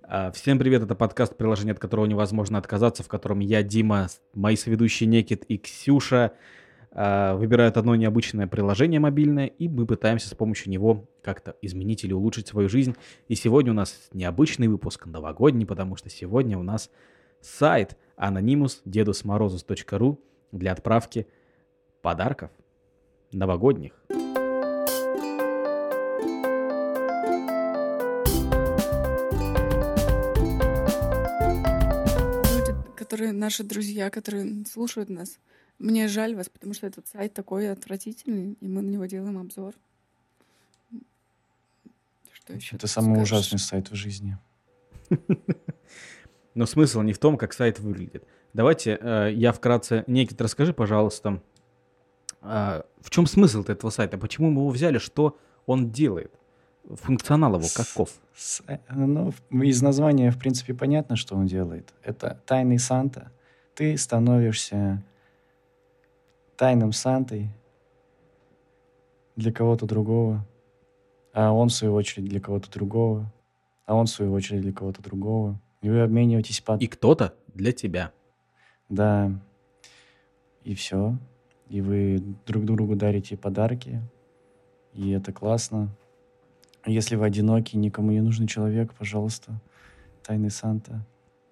Всем привет, это подкаст, приложение, от которого невозможно отказаться, в котором я, Дима, мои соведущие Некит и Ксюша выбирают одно необычное приложение мобильное, и мы пытаемся с помощью него как-то изменить или улучшить свою жизнь. И сегодня у нас необычный выпуск, новогодний, потому что сегодня у нас сайт anonymous.dedusmorozos.ru для отправки подарков новогодних. Которые наши друзья, которые слушают нас. Мне жаль вас, потому что этот сайт такой отвратительный, и мы на него делаем обзор. Что еще это самый ужасный сайт в жизни. Но смысл не в том, как сайт выглядит. Давайте я вкратце... Некит, расскажи, пожалуйста, в чем смысл этого сайта? Почему мы его взяли? Что он делает? Функционал его каков? Из названия, в принципе, понятно, что он делает. Это тайный Санта. Ты становишься тайным Сантой для кого-то другого, а он, в свою очередь, для кого-то другого, а он, в свою очередь, для кого-то другого. И вы обмениваетесь И кто-то для тебя. Да. И все. И вы друг другу дарите подарки. И это классно. Если вы одинокий, никому не нужный человек, пожалуйста, тайный Санта.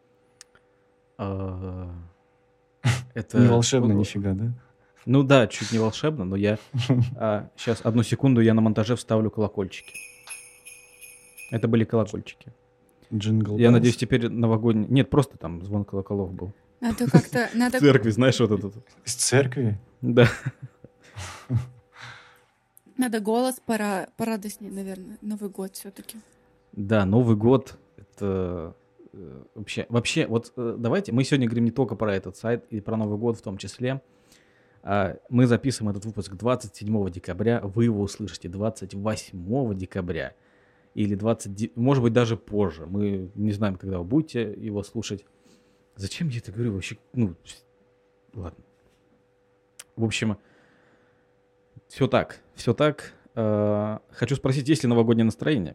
Это... Не волшебно нифига, да? Ну да, чуть не волшебно, но я... Сейчас, одну секунду, я на монтаже вставлю колокольчики. Это были колокольчики. Джингл. Я надеюсь, теперь новогодний... Нет, просто там звон колоколов был. Надо как-то... В церкви, знаешь, вот это. Из церкви? Да. Надо голос порадостнее, наверное. Новый год все-таки. Да, Новый год — это вообще, вот давайте, мы сегодня говорим не только про этот сайт, и про Новый год в том числе. Мы записываем этот выпуск 27 декабря, вы его услышите 28 декабря. Или 20, может быть, даже позже. Мы не знаем, когда вы будете его слушать. Зачем я это говорю вообще? Ну, ладно. В общем... Все так. Хочу спросить, есть ли новогоднее настроение?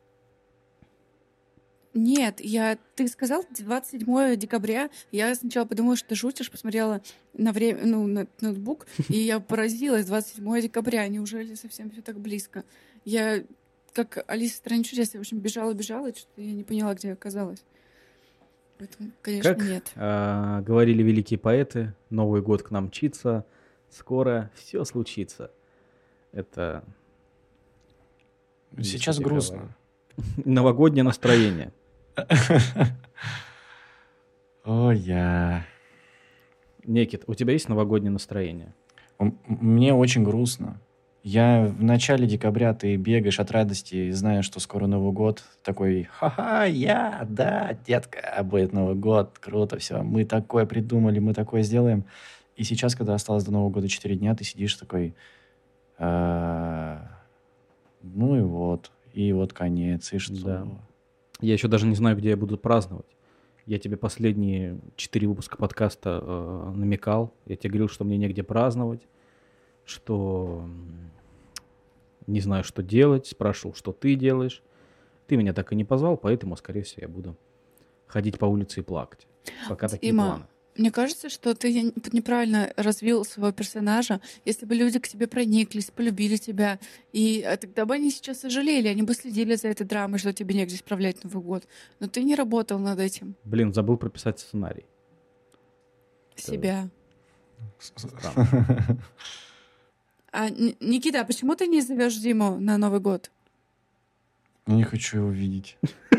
Нет, ты сказал 27 декабря. Я сначала подумала, что ты шутишь, посмотрела на время, на ноутбук, и я поразилась. 27 декабря. Неужели совсем все так близко? Я, как Алиса в стране чудес, я, в общем, бежала, и что-то я не поняла, где я оказалась. Поэтому, конечно, как, нет. Говорили великие поэты, Новый год к нам мчится, скоро все случится. Это... Сейчас грустно. Новогоднее настроение. Некит, у тебя есть новогоднее настроение? Мне очень грустно. Я в начале декабря, ты бегаешь от радости, зная, что скоро Новый год. Такой, да, детка, будет Новый год, круто, все. Мы такое придумали, мы такое сделаем. И сейчас, когда осталось до Нового года 4 дня, ты сидишь такой... Ну и вот конец, и что? Да. Я еще даже не знаю, где я буду праздновать. Я тебе последние 4 выпуска подкаста намекал. Я тебе говорил, что мне негде праздновать, что не знаю, что делать. Спрашивал, что ты делаешь. Ты меня так и не позвал, поэтому, скорее всего, я буду ходить по улице и плакать. Пока такие планы. Мне кажется, что ты неправильно развил своего персонажа. Если бы люди к тебе прониклись, полюбили тебя, и тогда бы они сейчас сожалели, они бы следили за этой драмой, что тебе негде справлять Новый год. Но ты не работал над этим. Блин, забыл прописать сценарий. Себя. Никита, а почему ты не зовешь Диму на Новый год? Я не хочу его видеть.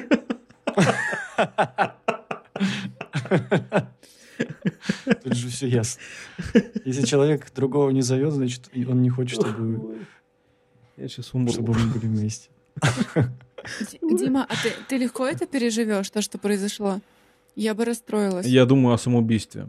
Тут же все ясно. Если человек другого не зовет, значит, он не хочет, чтобы мы были вместе. Дима, а ты легко это переживешь, то, что произошло? Я бы расстроилась. Я думаю о самоубийстве.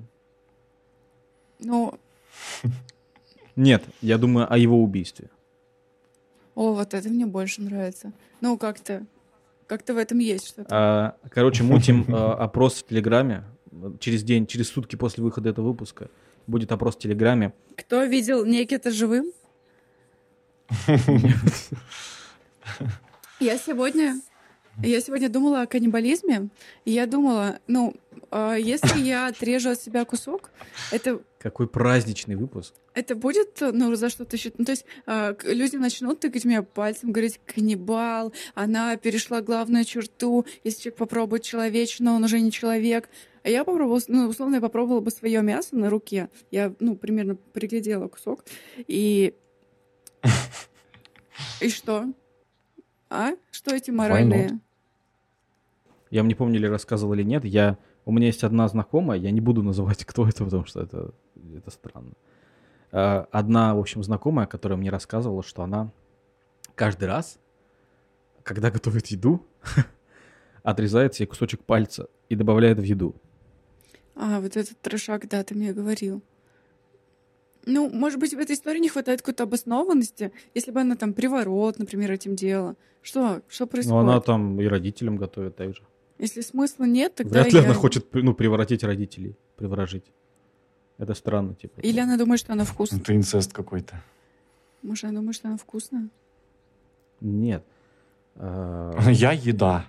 Нет, я думаю о его убийстве. О, вот это мне больше нравится. Ну, как-то в этом есть что-то. Короче, мутим опрос в Телеграме. Через сутки после выхода этого выпуска будет опрос в Телеграме. Кто видел Некита живым? Я сегодня Я сегодня думала о каннибализме, и я думала, если я отрежу от себя кусок, это Какой праздничный выпуск. это будет, за что-то считать. То есть люди начнут тыкать меня пальцем, говорить, каннибал, она перешла главную черту, если человек попробует человечину, он уже не человек. А я попробовала, условно, я попробовала бы свое мясо на руке. Я, примерно приглядела кусок. И что? Что эти моральные? Я не помню, ли рассказывал или нет. У меня есть одна знакомая, я не буду называть, кто это, потому что это странно. Одна, в общем, знакомая, которая мне рассказывала, что она каждый раз, когда готовит еду, отрезает себе кусочек пальца и добавляет в еду. Вот этот трешак, да, ты мне говорил. Может быть, в этой истории не хватает какой-то обоснованности, если бы она там приворот, например, этим делала. Что происходит? Но она там и родителям готовит так же. Если смысла нет, тогда Вряд ли она хочет, приворотить родителей, приворожить. Это странно, типа. Или она думает, что она вкусная. Это инцест какой-то. Может, она думает, что она вкусная? Нет. Я еда.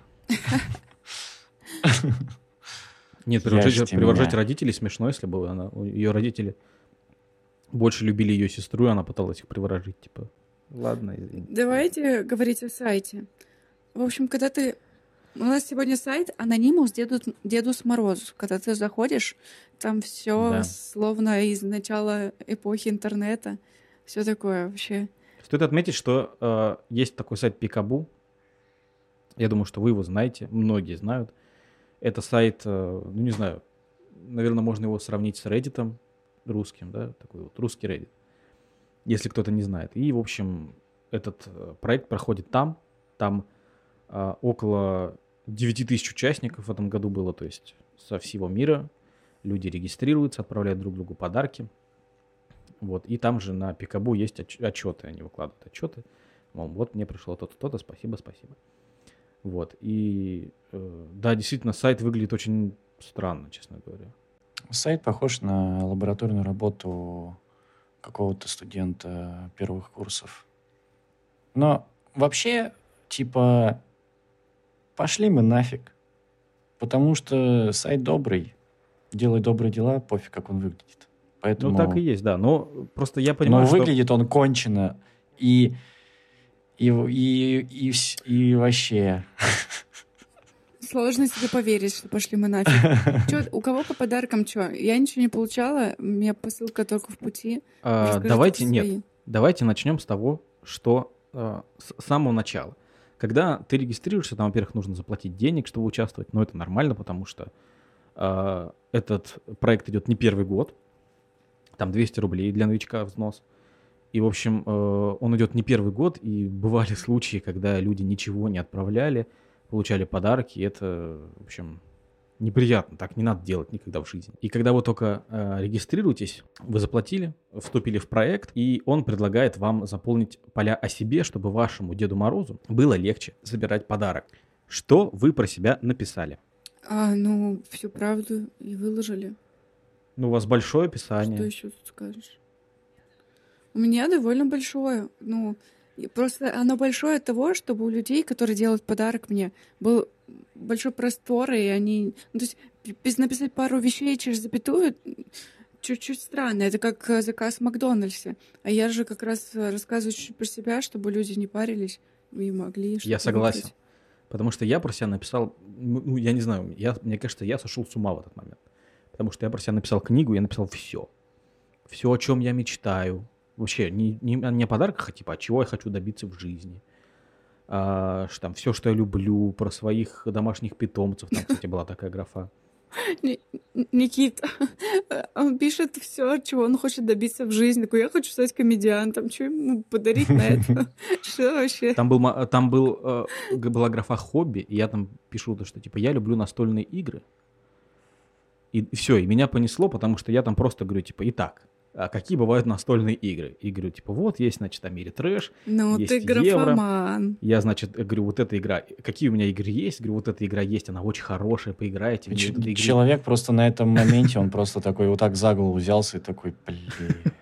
Нет, приворожить родителей смешно, если бы ее родители больше любили ее сестру, и она пыталась их приворожить, типа. Ладно. Давайте говорить о сайте. В общем, когда у нас сегодня сайт Анонимус Дедус Мороз. Когда ты заходишь, там все словно из начала эпохи интернета. Все такое вообще. Стоит отметить, что есть такой сайт Пикабу. Я думаю, что вы его знаете, многие знают. Это сайт, не знаю, наверное, можно его сравнить с Reddit русским, да, такой вот русский Reddit, если кто-то не знает. И, в общем, этот проект проходит там около 9000 участников в этом году было, то есть со всего мира. Люди регистрируются, отправляют друг другу подарки. Вот. И там же на Пикабу есть отчеты, они выкладывают отчеты. Мол, вот мне пришло то-то, то-то, спасибо. Вот. И да, действительно, сайт выглядит очень странно, честно говоря. Сайт похож на лабораторную работу какого-то студента первых курсов. Но вообще, типа, пошли мы нафиг. Потому что сайт добрый, делай добрые дела, пофиг, как он выглядит. Поэтому... так и есть, да. Но просто я понимаю, что... выглядит он кончено. И вообще... Сложно себе поверить, что пошли мы нафиг. У кого по подаркам что? Я ничего не получала, у меня посылка только в пути. Давайте начнем с того, что с самого начала. Когда ты регистрируешься, там, во-первых, нужно заплатить денег, чтобы участвовать, но это нормально, потому что этот проект идет не первый год, там 200 рублей для новичка взнос. И, в общем, он идет не первый год, и бывали случаи, когда люди ничего не отправляли, получали подарки, и это, в общем, неприятно, так не надо делать никогда в жизни. И когда вы только регистрируетесь, вы заплатили, вступили в проект, и он предлагает вам заполнить поля о себе, чтобы вашему Деду Морозу было легче забирать подарок. Что вы про себя написали? Всю правду и выложили. У вас большое описание. Что еще тут скажешь? У меня довольно большое. Просто оно большое от того, чтобы у людей, которые делают подарок мне, был большой простор, и они... то есть написать пару вещей через запятую чуть-чуть странно. Это как заказ в Макдональдсе. А я же как раз рассказываю чуть-чуть про себя, чтобы люди не парились и могли что-то Я согласен. выбрать. Потому что я про себя написал... я не знаю, мне кажется, я сошел с ума в этот момент. Потому что я про себя написал книгу, я написал все. Все, о чем я мечтаю. Вообще, не о подарках, а типа, от чего я хочу добиться в жизни. Там, все, что я люблю, про своих домашних питомцев. Там, кстати, была такая графа. Никита, он пишет все, чего он хочет добиться в жизни. Такой, я хочу стать комедиантом. Что ему подарить на это? Что вообще? Там была графа хобби, и я там пишу, что типа я люблю настольные игры. И все, и меня понесло, потому что я там просто говорю, типа, итак, какие бывают настольные игры? И говорю, типа, вот есть, значит, Америтреш, есть ты графоман. Евро. Я, значит, говорю, вот эта игра, какие у меня игры есть? Говорю, вот эта игра есть, она очень хорошая, поиграйте. Человек просто на этом моменте, он просто такой вот так за голову взялся и такой, блин.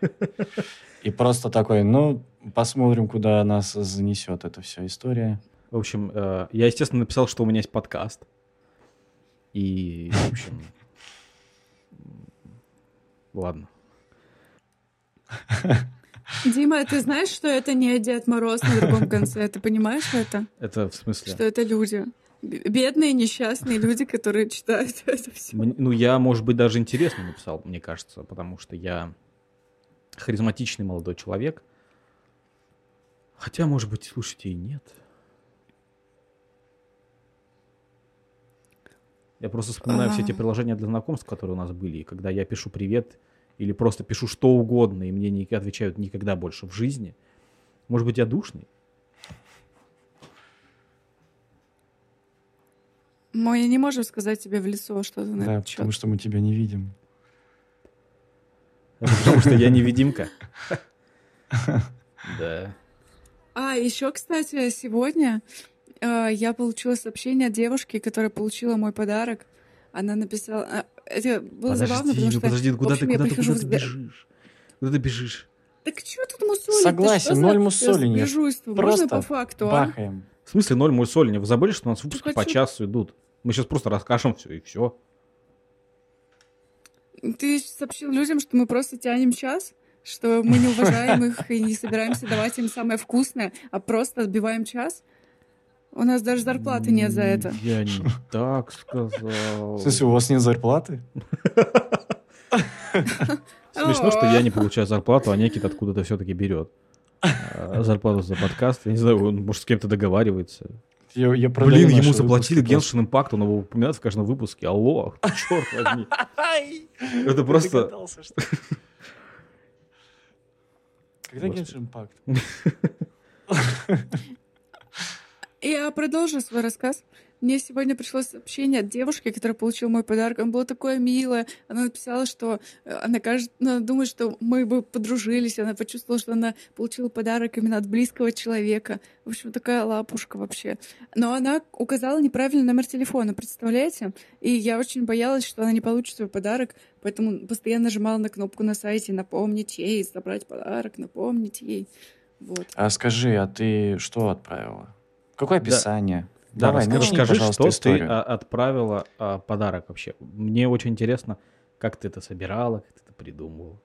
И просто такой, посмотрим, куда нас занесет эта вся история. В общем, я, естественно, написал, что у меня есть подкаст. И, в общем... Ладно. Дима, ты знаешь, что это не Дед Мороз на другом конце? Ты понимаешь это? Это в смысле? Что это люди. Бедные, несчастные люди, которые читают это все. Ну, я, может быть, даже интересно написал, мне кажется, потому что я харизматичный молодой человек. Хотя, может быть, слушайте, и нет. Я просто вспоминаю все эти приложения для знакомств, которые у нас были, и когда я пишу «привет» или просто пишу что угодно, и мне не отвечают никогда больше в жизни. Может быть, я душный? Мы не можем сказать тебе в лицо что-то на Да, этот счет. потому что мы тебя не видим. Это потому что я невидимка. Да. Еще, кстати, сегодня я получила сообщение от девушки, которая получила мой подарок. Она написала... это было забавно, потому что... Подожди, в куда общем, ты я прихожу бежишь? Куда ты бежишь? Так что тут мусолить? Согласен, ноль мусоления. Можно Просто по факту, бахаем. В смысле 0 мусоления? Вы забыли, что у нас выпуски Так по хочу- часу идут? Мы сейчас просто расскажем все и все. Ты сообщил людям, что мы просто тянем час? Что мы не уважаем их и не собираемся давать им самое вкусное, а просто отбиваем час? У нас даже зарплаты нет за это. Я не так сказал. В смысле, у вас нет зарплаты? Смешно, что я не получаю зарплату, а Никита откуда-то все-таки берет зарплату за подкаст. Я не знаю, он, может, с кем-то договаривается. Я продаю Блин, наши ему заплатили выпуски Genshin Impact, он его упоминает в каждом выпуске. Алло, черт возьми. просто. Это просто... Догадался, что- Когда Господи. Genshin Impact? Я продолжу свой рассказ. Мне сегодня пришло сообщение от девушки, которая получила мой подарок. Она была такое милое. Она написала, что она думает, что мы бы подружились. Она почувствовала, что она получила подарок именно от близкого человека. В общем, такая лапушка вообще. Но она указала неправильный номер телефона, представляете? И я очень боялась, что она не получит свой подарок, поэтому постоянно нажимала на кнопку на сайте «Напомнить ей», «Забрать подарок», «Напомнить ей». Вот. А скажи, а ты что отправила? Какое Да. описание? Да, Давай, начни, расскажи, пожалуйста, что историю. ты отправила подарок вообще. Мне очень интересно, как ты это собирала, как ты это придумывала.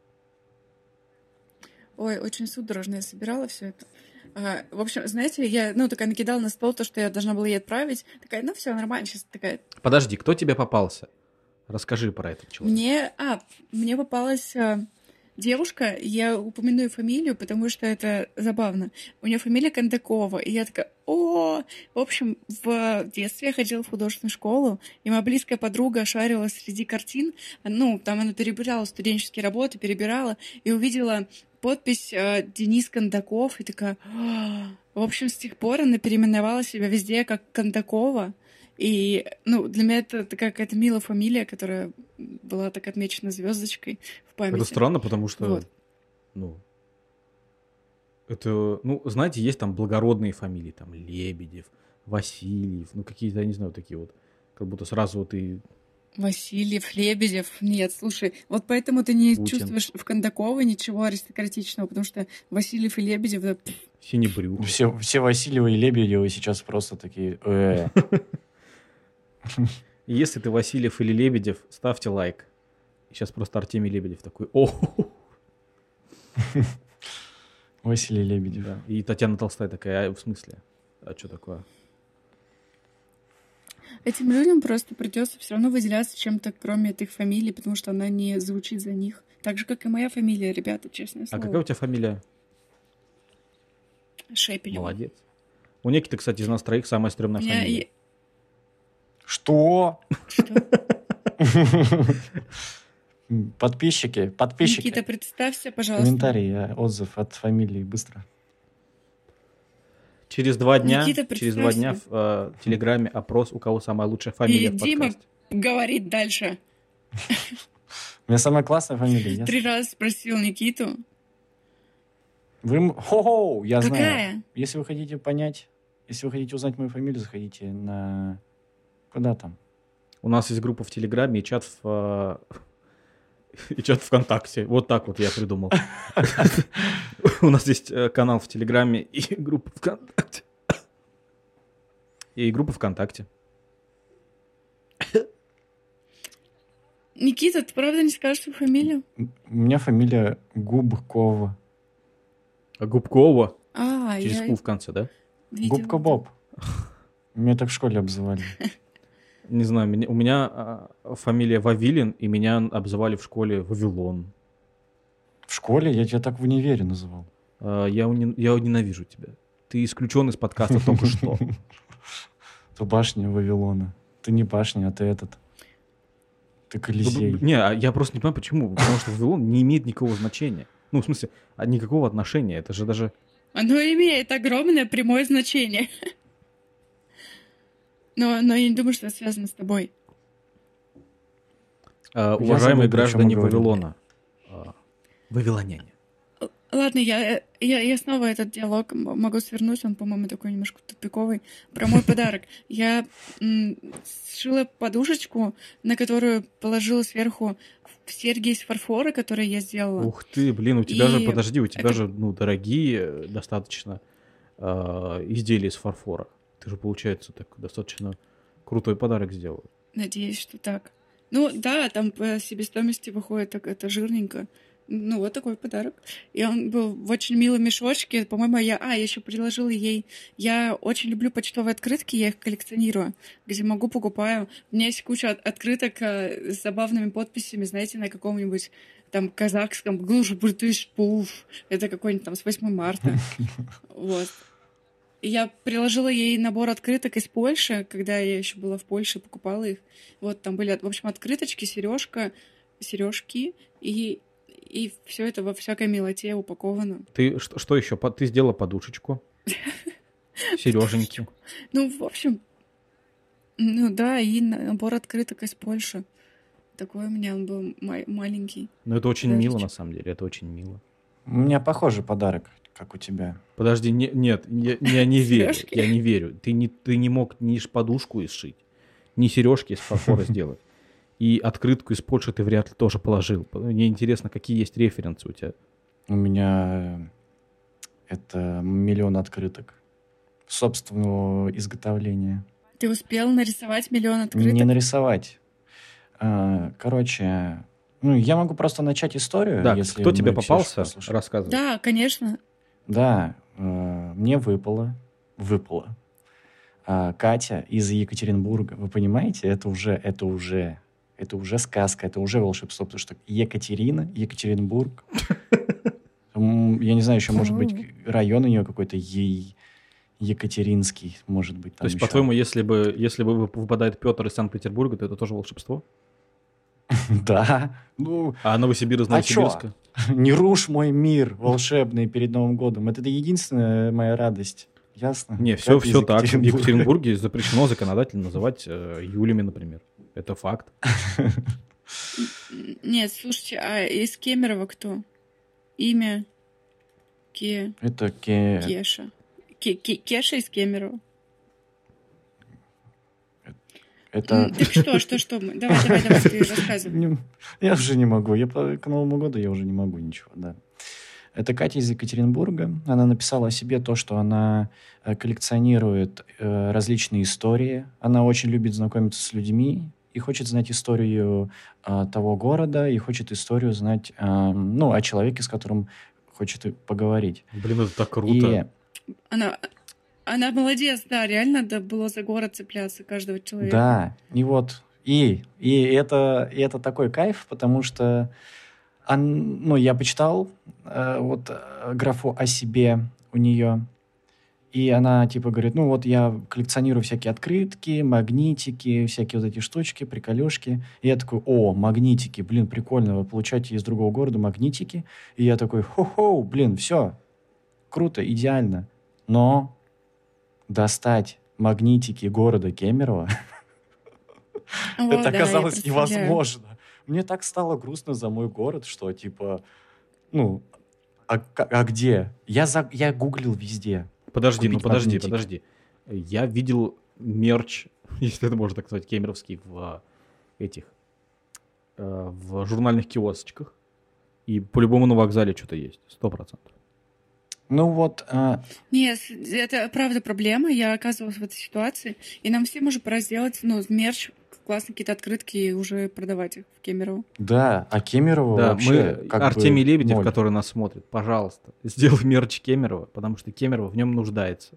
Ой, очень судорожно я собирала все это. В общем, знаете, я, такая накидала на стол то, что я должна была ей отправить. Такая, все нормально, сейчас такая. Подожди, кто тебе попался? Расскажи про этот человек. Мне попалась девушка, я упомяну ее фамилию, потому что это забавно. У нее фамилия Кондакова, и я такая, в общем, в детстве я ходила в художественную школу, и моя близкая подруга шарила среди картин, там она перебирала студенческие работы, и увидела подпись Денис Кондаков, и такая, в общем, с тех пор она переименовала себя везде как Кондакова. И, для меня это такая какая-то милая фамилия, которая была так отмечена звездочкой в памяти. Это странно, потому что, Вот. знаете, есть там благородные фамилии, там Лебедев, Васильев, какие-то, я не знаю, такие вот, как будто сразу вот и... Васильев, Лебедев. Нет, слушай, вот поэтому ты не Путин. чувствуешь в Кондакова ничего аристократичного, потому что Васильев и Лебедев... Да, Синебрюх. Все Васильевы и Лебедевы сейчас просто такие... И если ты Васильев или Лебедев, ставьте лайк. Сейчас просто Артемий Лебедев такой, Василий Лебедев. Да. И Татьяна Толстая такая, в смысле? А что такое? Этим людям просто придется все равно выделяться чем-то, кроме их фамилии, потому что она не звучит за них. Так же, как и моя фамилия, ребята, честное А слово. какая у тебя фамилия? Шепелева. Молодец. У Никиты, кстати, из нас троих самая стрёмная фамилия. Что? Что? Подписчики. Никита, представься, пожалуйста. Комментарий, отзыв от фамилии, быстро. Через 2 дня, Никита, представься. в Телеграме опрос, у кого самая лучшая фамилия И в Дима подкасте. говорит дальше. У меня самая классная фамилия. ясно? 3 раза спросил Никиту. Хо-хо, я знаю. Какая? Если вы хотите понять, если вы хотите узнать мою фамилию, заходите на... Куда там? У нас есть группа в Телеграме и чат и чат ВКонтакте. Вот так вот я придумал. У нас есть канал в Телеграме и группа ВКонтакте. И группа ВКонтакте. Никита, ты правда не скажешь свою фамилию? У меня фамилия Губкова. А Губкова через Я Ку в конце, да? видела. Губка Боб. Меня так в школе обзывали. Не знаю, у меня фамилия Вавилин, и меня обзывали в школе Вавилон. В школе я тебя так в универе называл. Я ненавижу тебя. Ты исключен из подкаста только что. Это башня Вавилона. Ты не башня, а ты этот. Ты Колизей. Не, я просто не понимаю, почему. Потому что Вавилон не имеет никакого значения. Ну, в смысле, никакого отношения. Это же даже... Оно имеет огромное прямое значение. Но я не думаю, что это связано с тобой. Уважаемые забыл, о чем граждане мы говорили. Вавилона. Вавилоняне. Ладно, я снова этот диалог могу свернуть, он, по-моему, такой немножко тупиковый. Про мой подарок. Я сшила подушечку, на которую положила сверху серьги из фарфора, которые я сделала. Ух ты, блин, у тебя И же, подожди, у тебя это- же, дорогие достаточно изделия из фарфора. Ты же, получается, так достаточно крутой подарок сделал. Надеюсь, что так. Ну да, там по себестоимости выходит так это жирненько. Ну, вот такой подарок. И он был в очень милом мешочке. По-моему, я еще приложила ей... Я очень люблю почтовые открытки, я их коллекционирую. Где могу, покупаю. У меня есть куча открыток с забавными подписями, знаете, на каком-нибудь там казахском «Глуш брутыш пуф». Это какой-нибудь там с 8 марта. Вот. И я приложила ей набор открыток из Польши, когда я еще была в Польше, покупала их. Вот там были, в общем, открыточки, сережки и все это во всякой милоте упаковано. Ты что еще? Ты сделала подушечку. Сереженьки. Ну, в общем, ну да, и набор открыток из Польши. Такой у меня он был маленький. Ну, это очень Подождите. мило, на самом деле. Это очень мило. У меня похожий подарок, как у тебя. Подожди, нет, я не верю. Серёжки? Я не верю. Ты не мог ни подушку сшить, ни сережки из фарфора сделать. И открытку из Польши ты вряд ли тоже положил. Мне интересно, какие есть референсы у тебя. У меня это миллион открыток собственного изготовления. Ты успел нарисовать миллион открыток? Не нарисовать. Короче, я могу просто начать историю. Да, если кто тебе мы все попался, послушаем. рассказывай. Да, конечно. Да, мне выпала Катя из Екатеринбурга. Вы понимаете, это уже сказка, это уже волшебство, потому что Екатерина, Екатеринбург. Я не знаю, еще может быть район у нее какой-то Екатеринский, может быть. То есть, по-твоему, если бы выпадает Петр из Санкт-Петербурга, то это тоже волшебство? Да. А Новосибирск из Новосибирска? Не рушь мой мир волшебный перед Новым годом. Это единственная моя радость. Ясно? Не, все так. В Екатеринбурге запрещено законодательно называть Юлями, например. Это факт. Нет, слушайте, а из Кемерово кто? Имя? Это Кеша. Кеша из Кемерово. Это... Так что? Давай, ты рассказывай. Я уже не могу. К Новому году я уже не могу ничего, да. Это Катя из Екатеринбурга. Она написала о себе то, что она коллекционирует различные истории. Она очень любит знакомиться с людьми и хочет знать историю того города, и хочет историю знать, о человеке, с которым хочет поговорить. Блин, это так круто. Она молодец, да, реально надо было за город цепляться каждого человека. Да, и вот, и это такой кайф, потому что я почитал графу о себе у нее, и она говорит, я коллекционирую всякие открытки, магнитики, всякие вот эти штучки, приколюшки. И я такой, магнитики, блин, прикольно, вы получаете из другого города магнитики. И я такой, хо-хо, блин, все, круто, идеально. Но достать магнитики города Кемерово это оказалось невозможно. Мне так стало грустно за мой город, что а где? Я гуглил везде. Подожди. Я видел мерч, если это можно так сказать, кемеровский в журнальных киосочках. И по-любому на вокзале что-то есть, 100%. Ну вот, Нет, это правда проблема. Я оказывалась в этой ситуации, и нам всем уже пора сделать, ну, мерч, классные какие-то открытки и уже продавать их в Кемерово. да, а Кемерово Да, вообще мы, как Артемий бы Лебедев, ноль. который нас смотрит, пожалуйста, сделай мерч Кемерово, потому что Кемерово в нем нуждается.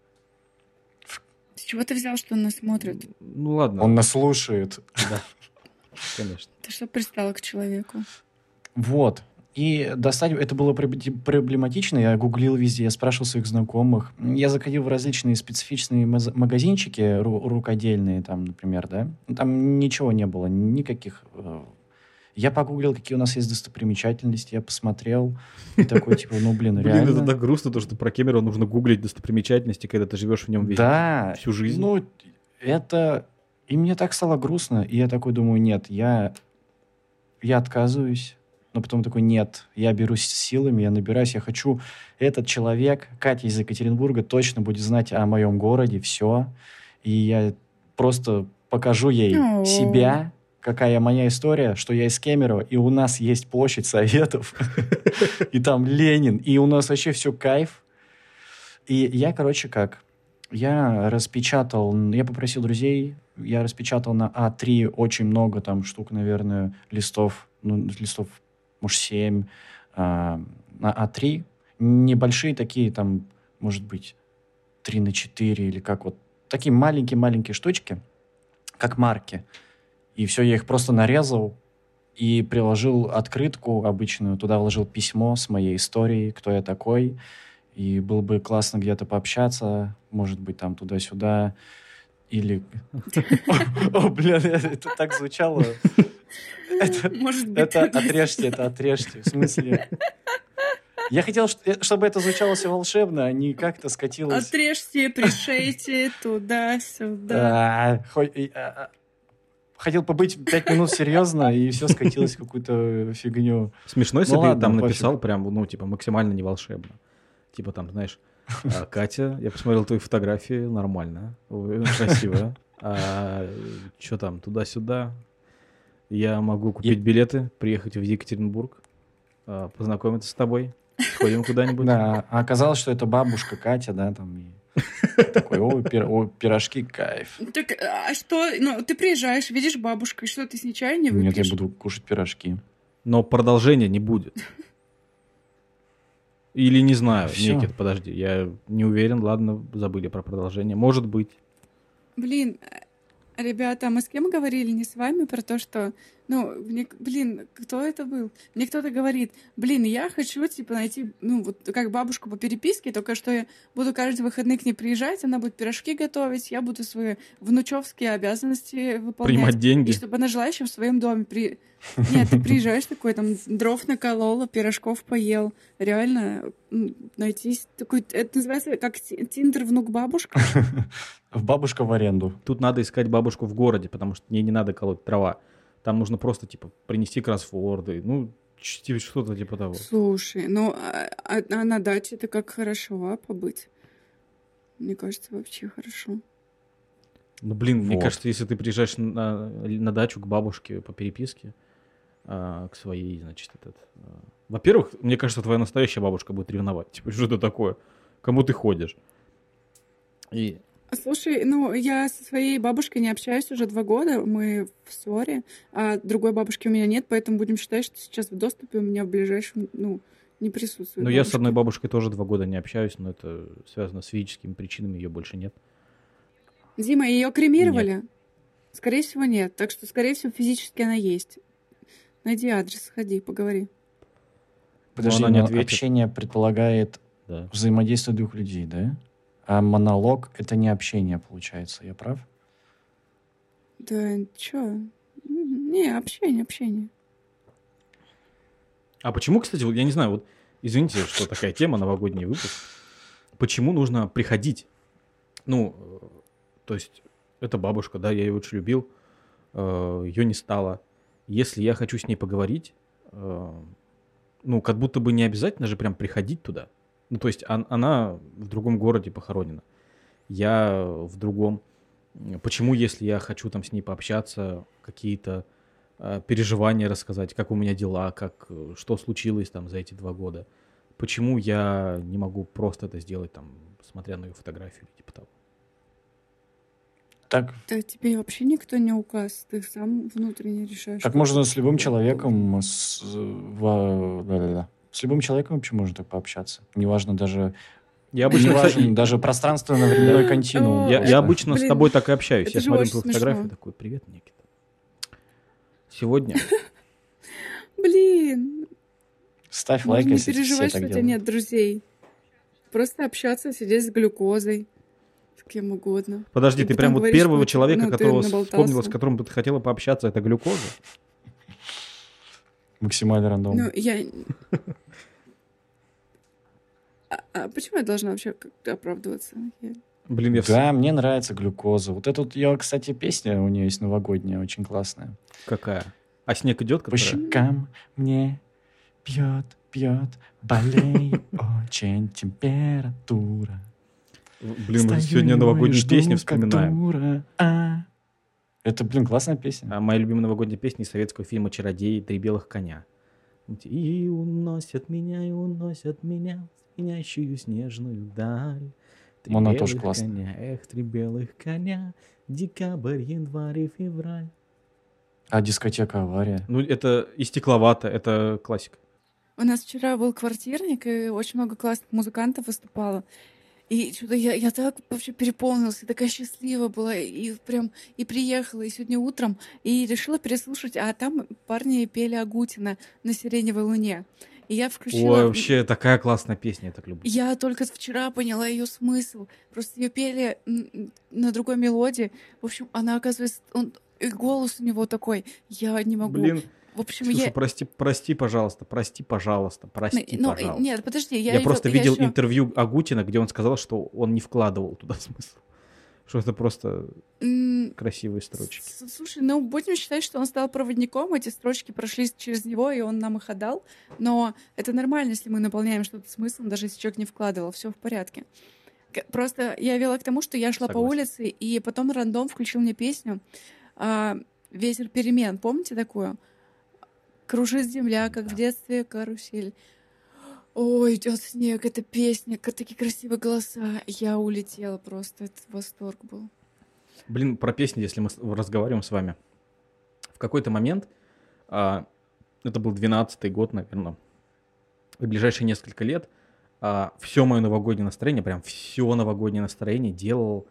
С чего ты взял, что он нас смотрит? Ну ладно, Он нас слушает. да, конечно. Ты что пристала к человеку? Вот. И достать это было проблематично. Я гуглил везде, я спрашивал своих знакомых. Я заходил в различные специфичные магазинчики рукодельные, там, например, да. Там ничего не было, никаких. Я погуглил, какие у нас есть достопримечательности, я посмотрел. И такой, типа, ну, блин, Блин, это реально. так грустно, то, что про Кемерово нужно гуглить достопримечательности, когда ты живешь в нем Да, всю жизнь. ну, это... И мне так стало грустно. И я такой думаю, нет, я отказываюсь. Но потом такой, нет, я берусь силами, я набираюсь, я хочу... Этот человек, Катя из Екатеринбурга, точно будет знать о моем городе все. И я просто покажу ей О. себя, какая моя история, что я из Кемерово, и у нас есть площадь Советов, и там Ленин, и у нас вообще все кайф. И я, короче, как... Я попросил друзей, я распечатал на А3 очень много, там, штук, наверное, листов, может, 7, на А3. Небольшие такие, там, может быть, 3 на 4 или как вот. Такие маленькие-маленькие штучки, как марки. И все, я их просто нарезал и приложил открытку обычную, туда вложил письмо с моей историей, кто я такой. И было бы классно где-то пообщаться, может быть, там туда-сюда. Или... О, блин, это так звучало. Может быть, Это туда-сюда. отрежьте. В смысле... Я хотел, чтобы это звучало все волшебно, а не как-то скатилось... Отрежьте, пришейте туда-сюда. Хотел побыть 5 минут серьезно, и все скатилось в какую-то фигню. Смешно, если Ну ты ладно, там пофиг. написал прям, ну, типа, максимально не волшебно. Типа там, знаешь, Катя, я посмотрел твои фотографии, нормально, красиво. Что там, туда-сюда? Я могу купить билеты, приехать в Екатеринбург, познакомиться с тобой, сходим куда-нибудь. Да, а оказалось, что это бабушка Катя, да, там, и такой, о, пирожки, кайф. Так, а что? Ну, ты приезжаешь, видишь бабушку, и что, ты с ней чай не Нет, я выпьешь? буду кушать пирожки. Но продолжения не будет. Или не знаю, Всё. Никит, подожди, я не уверен, ладно, забыли про продолжение. Может быть. Блин, ребята, мы с кем говорили? Не с вами про то, что... Ну, блин, кто это был? Мне кто-то говорит, блин, я хочу, типа, найти, ну, вот как бабушку по переписке, только что я буду каждый выходный к ней приезжать, она будет пирожки готовить, я буду свои внучевские обязанности выполнять. Принимать деньги. И чтобы она жила еще в своем доме. Нет, ты приезжаешь такой, там, дров наколола, пирожков поел. Реально, найти такой... Это называется как Тиндер внук-бабушка. Бабушка в аренду. Тут надо искать бабушку в городе, потому что ей не надо колоть дрова. Там нужно просто, типа, принести кроссворды, ну, что-то типа того. Слушай, ну, а на даче это как хорошо, побыть. Мне кажется, вообще хорошо. Ну, блин, мне Вот. кажется, если ты приезжаешь на дачу к бабушке по переписке, к своей, значит, во-первых, мне кажется, твоя настоящая бабушка будет ревновать. Типа, что это такое? Кому ты ходишь? И Слушай, ну, я со своей бабушкой не общаюсь уже 2 года, мы в ссоре, а другой бабушки у меня нет, поэтому будем считать, что сейчас в доступе у меня в ближайшем, ну, не присутствует ну, я с бабушки. одной бабушкой тоже 2 года не общаюсь, но это связано с физическими причинами, ее больше нет. Дима, ее кремировали? Скорее всего, нет. Так что, скорее всего, физически она есть. Найди адрес, сходи, поговори. Подожди, она не но ответит. общение предполагает Да. взаимодействие 2 людей, да? А монолог — это не общение, получается. Я прав? Да, чё? Не, общение. А почему, кстати, вот я не знаю, вот извините, что такая тема, новогодний выпуск. Почему нужно приходить? Ну, то есть, это бабушка, да, я ее очень любил, ее не стало. Если я хочу с ней поговорить, ну, как будто бы не обязательно же прям приходить туда. Ну, то есть, она в другом городе похоронена, я в другом. Почему, если я хочу там с ней пообщаться, какие-то переживания рассказать, как у меня дела, что случилось там за эти 2 года, почему я не могу просто это сделать, там, смотря на ее фотографию или типа того. Так, Да тебе вообще никто не указ, ты сам внутренне решаешь. так как можно ты с любым по человеком, с любым человеком вообще можно так пообщаться. Неважно даже, Я не обычно, важен кстати, даже пространственно-временной континуум О, я просто. обычно с блин, тобой так и общаюсь. это Я же смотрю на очень твою фотографию, смешно. такой, привет, Никита. Сегодня Блин, Ставь лайк, можно не если все переживать, так что у тебя делают. нет друзей. Просто общаться, сидеть с глюкозой, с кем угодно. Подожди, И ты прям потом вот говорить, первого что типа, человека, ну, ты которого вспомнила, с наболтался. которым бы ты хотела пообщаться, это глюкоза? Максимально рандомно. Ну, я... А почему я должна вообще как-то оправдываться? Блин, я... Да, мне нравится глюкоза. Вот эта вот ее, кстати, песня у нее есть новогодняя, очень классная. Какая? А снег идет, По которая? щекам мне бьет, болеет очень температура. Блин, мы Стою сегодня и новогодние жду, песни как вспоминаем. дура. Это, блин, классная песня. А моя любимая новогодняя песня из советского фильма «Чародей. 3 белых коня». И уносят меня, в звенящую снежную даль. 3 Она тоже белых классная. коня, эх, 3 белых коня, декабрь, январь и февраль. А дискотека «Авария». Ну, это и стекловато, это классика. У нас вчера был квартирник, и очень много классных музыкантов выступало. И что-то я так вообще переполнилась, и такая счастлива была, и прям и приехала, и сегодня утром, и решила переслушать, а там парни пели Агутина на «Сиреневой луне». И я Ой, включила... вообще такая классная песня, я так люблю. Я только вчера поняла ее смысл. Просто ее пели на другой мелодии. В общем, она, оказывается, и голос у него такой. Я не могу. Блин, В общем, Ксюша, прости, пожалуйста, прости, пожалуйста. нет, подожди, Я просто видел ещё- интервью Агутина, где он сказал, что он не вкладывал туда смысл. Что это просто М, красивые строчки. Слушай, ну будем считать, что он стал проводником, эти строчки прошли через него, и он нам их отдал. Но это нормально, если мы наполняем что-то смыслом, даже если человек не вкладывал, все в порядке. Просто я вела к тому, что я шла по Согласен. улице, и потом рандом включил мне песню «Ветер перемен». Помните такую? «Кружит земля, как в детстве карусель». Ой, идет снег, эта песня, такие красивые голоса. Я улетела просто, это восторг был. Блин, про песни, если мы разговариваем с вами. В какой-то момент, это был 12-й год, наверное, в ближайшие несколько лет, все мое новогоднее настроение, прям все новогоднее настроение делал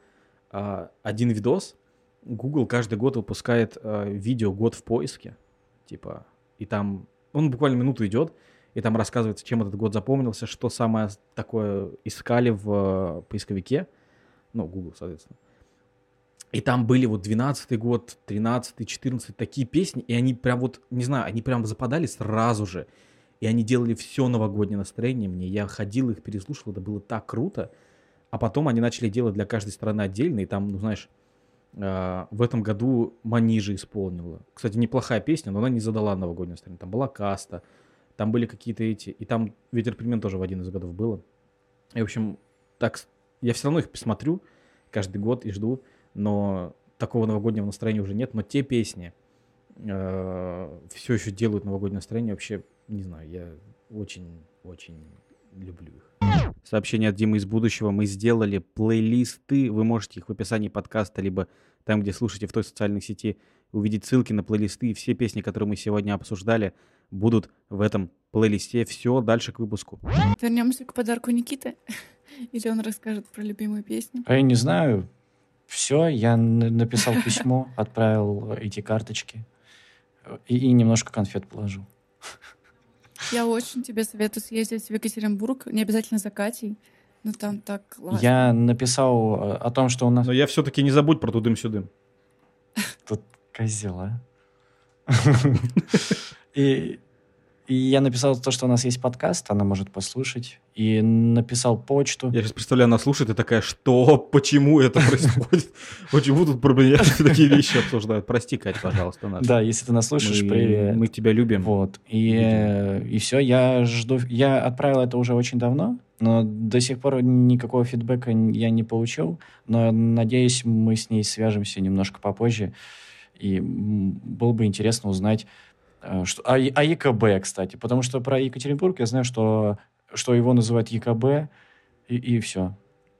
один видос. Google каждый год выпускает видео «Год в поиске». Типа, и там он буквально минуту идет, и там рассказывается, чем этот год запомнился, что самое такое искали в поисковике. Ну, Google, соответственно. И там были вот 12-й год, 13-й, 14-й, такие песни, и они прям вот, не знаю, они прям западали сразу же. И они делали все новогоднее настроение мне. Я ходил, их переслушивал, это было так круто. А потом они начали делать для каждой страны отдельно, и там, ну, знаешь, в этом году Манижа исполнила. Кстати, неплохая песня, но она не задала новогоднее настроение. Там была Каста, там были какие-то эти... И там «Ветер перемен» тоже в один из годов было. И, в общем, так я все равно их посмотрю каждый год и жду, но такого новогоднего настроения уже нет. Но те песни все еще делают новогоднее настроение. Вообще, не знаю, я очень-очень люблю их. Сообщение от Димы из будущего. Мы сделали плейлисты. Вы можете их в описании подкаста, либо там, где слушаете, в той социальной сети, увидеть ссылки на плейлисты. Все песни, которые мы сегодня обсуждали, будут в этом плейлисте. Все, дальше к выпуску. Вернемся к подарку Никиты. Или он расскажет про любимую песню? А я не знаю. Все, я написал письмо, отправил эти карточки и немножко конфет положил. Я очень тебе советую съездить в Екатеринбург, не обязательно за Катей, но там так классно. Я написал о том, что у нас... Но я все-таки не забудь про тудым-сюдым. Тут козел, а? И я написал то, что у нас есть подкаст, она может послушать. И написал почту. Я сейчас представляю, она слушает и такая, что? Почему это происходит? Почему тут про меня такие вещи обсуждают? Прости, Кать, пожалуйста, нас. Да, если ты нас слушаешь, привет. Мы тебя любим. Вот. И все, я жду. Я отправил это уже очень давно, но до сих пор никакого фидбэка я не получил. Но надеюсь, мы с ней свяжемся немножко попозже. И было бы интересно узнать, что, о ЕКБ, кстати. Потому что про Екатеринбург я знаю, что что его называют ЕКБ, и все.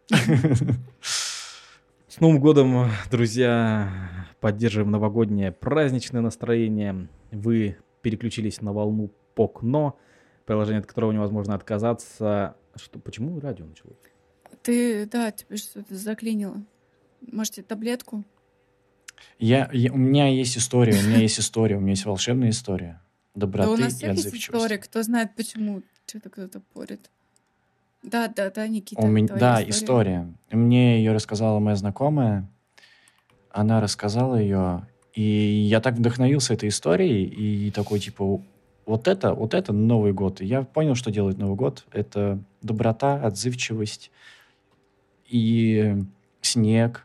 С Новым годом, друзья! Поддерживаем новогоднее праздничное настроение. Вы переключились на волну ПОКНО, приложение, от которого невозможно отказаться. Почему радио началось? Тебе что-то заклинило. Можете таблетку? У меня есть история, у меня есть волшебная история. Да у Доброты нас и всех есть отзывчивости. история, кто знает почему. Что-то кто-то порит. Да, Никита, Да, твоя история. история. Мне ее рассказала моя знакомая. Она рассказала ее, и я так вдохновился этой историей, и такой, типа, вот это Новый год. И я понял, что делает Новый год. Это доброта, отзывчивость и снег.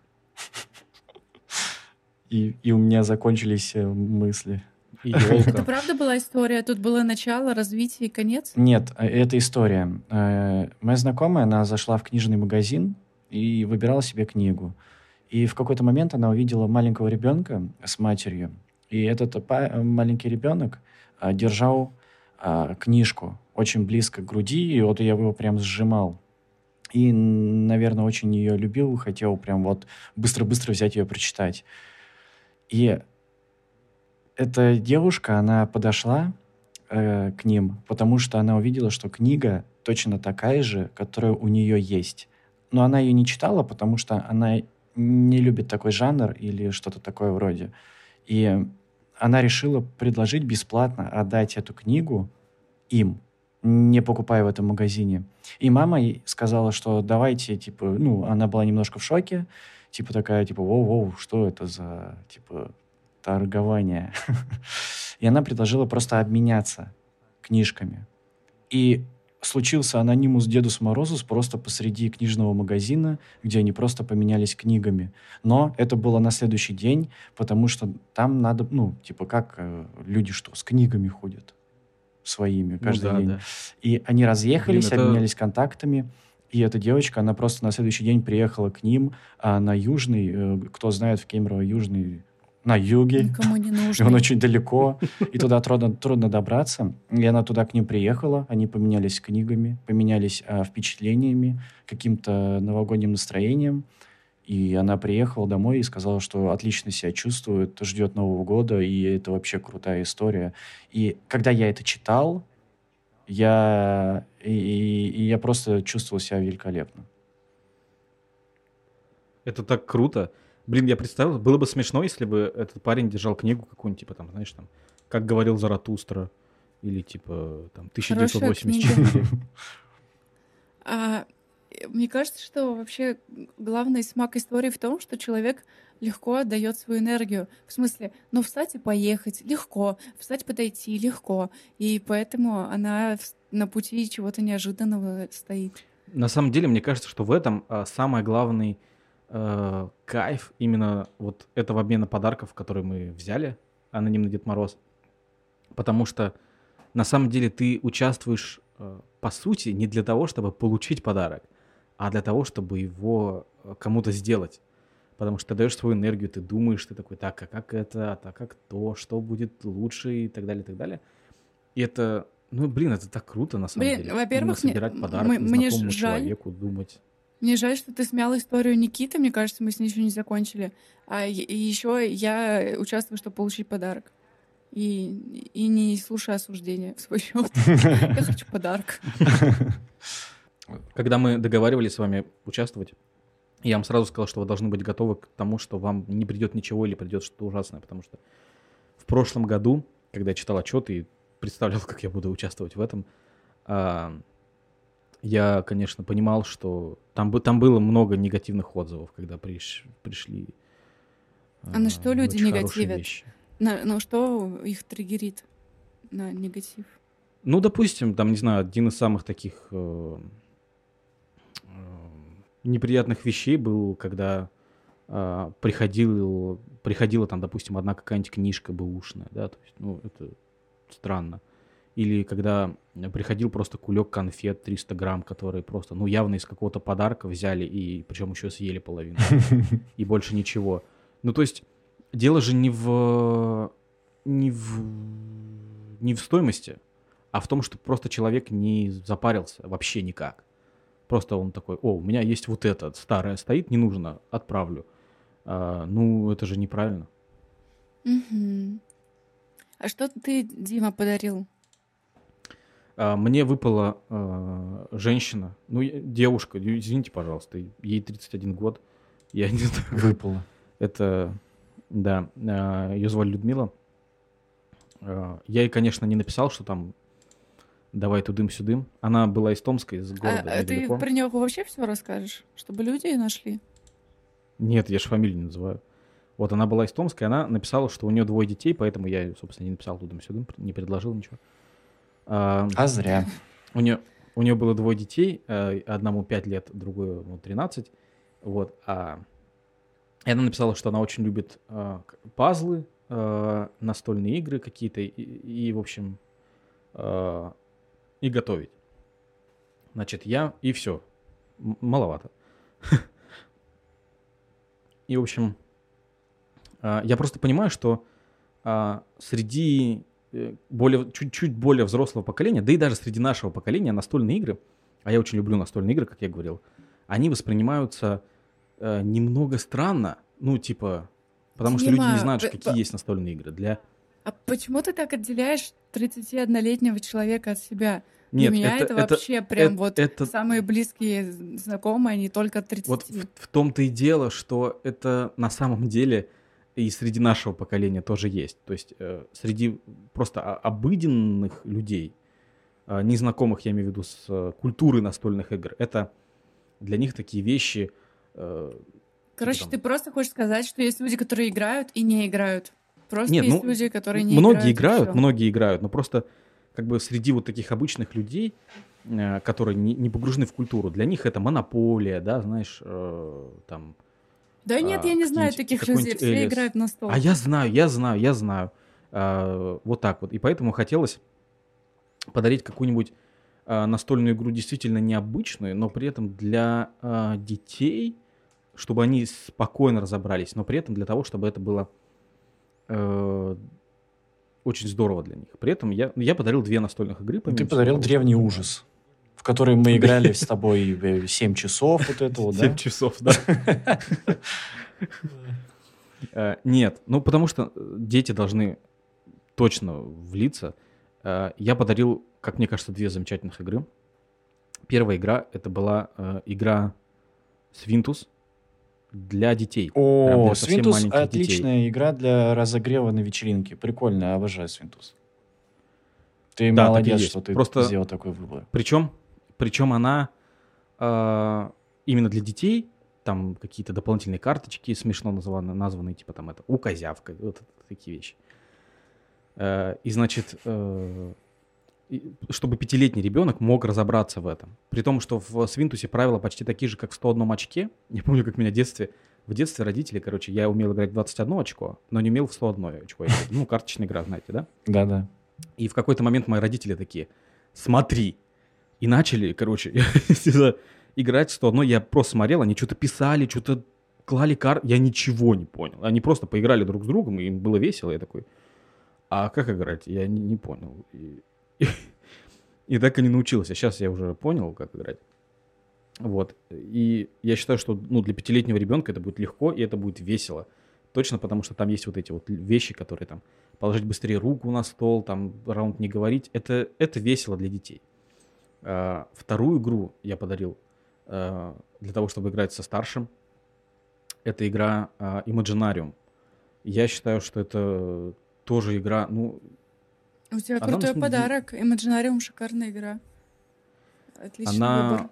И у меня закончились мысли. И Это елка. правда была история? Тут было начало, развитие и конец? Нет, это история. Моя знакомая, она зашла в книжный магазин и выбирала себе книгу. И в какой-то момент она увидела маленького ребенка с матерью. И этот маленький ребенок держал книжку очень близко к груди, и вот я его прям сжимал. И, наверное, очень ее любил, хотел прям вот быстро-быстро взять ее прочитать. И эта девушка, она подошла к ним, потому что она увидела, что книга точно такая же, которая у нее есть. Но она ее не читала, потому что она не любит такой жанр или что-то такое вроде. И она решила предложить бесплатно отдать эту книгу им, не покупая в этом магазине. И мама ей сказала, что давайте, типа, она была немножко в шоке, типа такая, типа, воу, что это за, типа, торгование? И она предложила просто обменяться книжками. И случился анонимус Дедус Морозус просто посреди книжного магазина, где они просто поменялись книгами. Но это было на следующий день, потому что там надо, как люди что, с книгами ходят своими каждый день. Да. И они разъехались, Блин, обменялись контактами. И эта девочка, она просто на следующий день приехала к ним на Южный, кто знает, в Кемерово Южный, на юге. Никому не И нужно. он очень далеко, и туда трудно добраться. И она туда к ним приехала, они поменялись книгами, поменялись впечатлениями, каким-то новогодним настроением. И она приехала домой и сказала, что отлично себя чувствует, ждет Нового года, и это вообще крутая история. И когда я это читал, я просто чувствовал себя великолепно. Это так круто. Блин, я представил, было бы смешно, если бы этот парень держал книгу какую-нибудь, типа там, знаешь, там, как говорил Заратустра, или типа там 1984. Мне кажется, что вообще главный смак истории в том, что человек легко отдает свою энергию. В смысле, встать и поехать легко, встать, подойти легко. И поэтому она на пути чего-то неожиданного стоит. На самом деле, мне кажется, что в этом самый главный кайф именно вот этого обмена подарков, который мы взяли, анонимный Дед Мороз. Потому что на самом деле ты участвуешь, по сути, не для того, чтобы получить подарок, а для того, чтобы его кому-то сделать. Потому что ты даешь свою энергию, ты думаешь, ты такой, так, а как это, а так как то, что будет лучше и так далее, и так далее. И это, это так круто на самом деле. Во-первых, собирать подарок мне незнакомому жаль. человеку, думать. Мне жаль, что ты смял историю Никиты. Мне кажется, мы с ней еще не закончили. И еще я участвую, чтобы получить подарок. И не слушай осуждения в свой счет. Я хочу подарок. Когда мы договаривались с вами участвовать, я вам сразу сказал, что вы должны быть готовы к тому, что вам не придет ничего или придет что-то ужасное. Потому что в прошлом году, когда я читал отчет и представлял, как я буду участвовать в этом, я, конечно, понимал, что там было много негативных отзывов, когда пришли. А на что люди очень негативят? вещи. Что их триггерит на негатив? Допустим, там, не знаю, один из самых таких неприятных вещей был, когда приходила там, допустим, одна какая-нибудь книжка бэушная, да, то есть, это странно. Или когда приходил просто кулек конфет 300 грамм, которые просто, явно из какого-то подарка взяли, и причем еще съели половину. И больше ничего. То есть, дело же не в стоимости, а в том, что просто человек не запарился вообще никак. Просто он такой: о, у меня есть вот это старое стоит, не нужно, отправлю. Ну, это же неправильно. Мгм. А что ты, Дима, подарил? Мне выпала женщина, ну, девушка, извините, пожалуйста, ей 31 год, я не знаю, Выпало. это, да, ее звали Людмила. Я ей, конечно, не написал, что там давай тудым-сюдым. Она была из Томска, из города Ты недалеко. про него вообще все расскажешь, чтобы люди ее нашли? Нет, я же фамилию не называю. Вот она была из Томска, и она написала, что у нее 2 детей, поэтому я, собственно, не написал тудым-сюдым, не предложил ничего. А зря. У нее было 2 детей, одному 5 лет, другому 13. Вот, и она написала, что она очень любит пазлы, настольные игры какие-то и, в общем, и готовить. Значит, и все. Маловато. И, в общем, я просто понимаю, что среди чуть-чуть более взрослого поколения, да и даже среди нашего поколения настольные игры, а я очень люблю настольные игры, как я говорил, они воспринимаются немного странно, ну, типа, потому что люди не Дима, знают, какие есть настольные игры. а почему ты так отделяешь 31-летнего человека от себя? Для Нет, меня это вообще прям вот это самые близкие знакомые, не только от 30. вот в том-то и дело, что это на самом деле и среди нашего поколения тоже есть. То есть среди просто обыденных людей, незнакомых, я имею в виду, с культурой настольных игр, это для них такие вещи. Короче, там- ты просто хочешь сказать, что есть люди, которые играют и не играют. Просто Нет, есть ну, люди, которые не многие играют. и всё. многие играют, но просто как бы среди вот таких обычных людей, которые не погружены в культуру, для них это монополия, да, знаешь, там. Да нет, я не знаю какие-нибудь- таких людей, какой-нибудь все Элис. играют на стол. А я знаю. Вот так вот. И поэтому хотелось подарить какую-нибудь настольную игру действительно необычную, но при этом для детей, чтобы они спокойно разобрались, но при этом для того, чтобы это было очень здорово для них. При этом я подарил 2 настольных игры. Ты помимо подарил всего того, древний что- ужас, в который мы играли с тобой 7 часов вот этого, 7 да? часов, да. Нет, ну потому что дети должны точно влиться. Я подарил, как мне кажется, 2 замечательных игры. Первая игра, это была игра Свинтус для детей. Прям О, для совсем Свинтус маленьких детей. отличная игра для разогрева на вечеринке. Прикольно, обожаю Свинтус. Ты Да, так и молодец, есть. что ты Просто- сделал такой выбор. Причем она именно для детей, там какие-то дополнительные карточки смешно названные, типа там это козявка, вот такие вещи. И значит, чтобы 5-летний ребенок мог разобраться в этом. При том, что в Свинтусе правила почти такие же, как в 101 очке. Я помню, как меня в детстве родители, короче, я умел играть в 21 очко, но не умел в 101 очко. Ну, карточная игра, знаете, да? Да-да. И в какой-то момент мои родители такие: смотри. И начали, короче, играть в 101. Я просто смотрел, они что-то писали, что-то клали карты. Я ничего не понял. Они просто поиграли друг с другом, и им было весело. Я такой: а как играть? Я не понял. И так и не научился. Сейчас я уже понял, как играть. Вот. И я считаю, что для 5-летнего ребенка это будет легко, и это будет весело. Точно потому, что там есть вот эти вот вещи, которые там положить быстрее руку на стол, там раунд не говорить. Это весело для детей. Вторую игру я подарил для того, чтобы играть со старшим. Это игра Imaginarium. Я считаю, что это тоже игра, У тебя Она, крутой на самом подарок. Imaginarium — шикарная игра. Отличный выбор.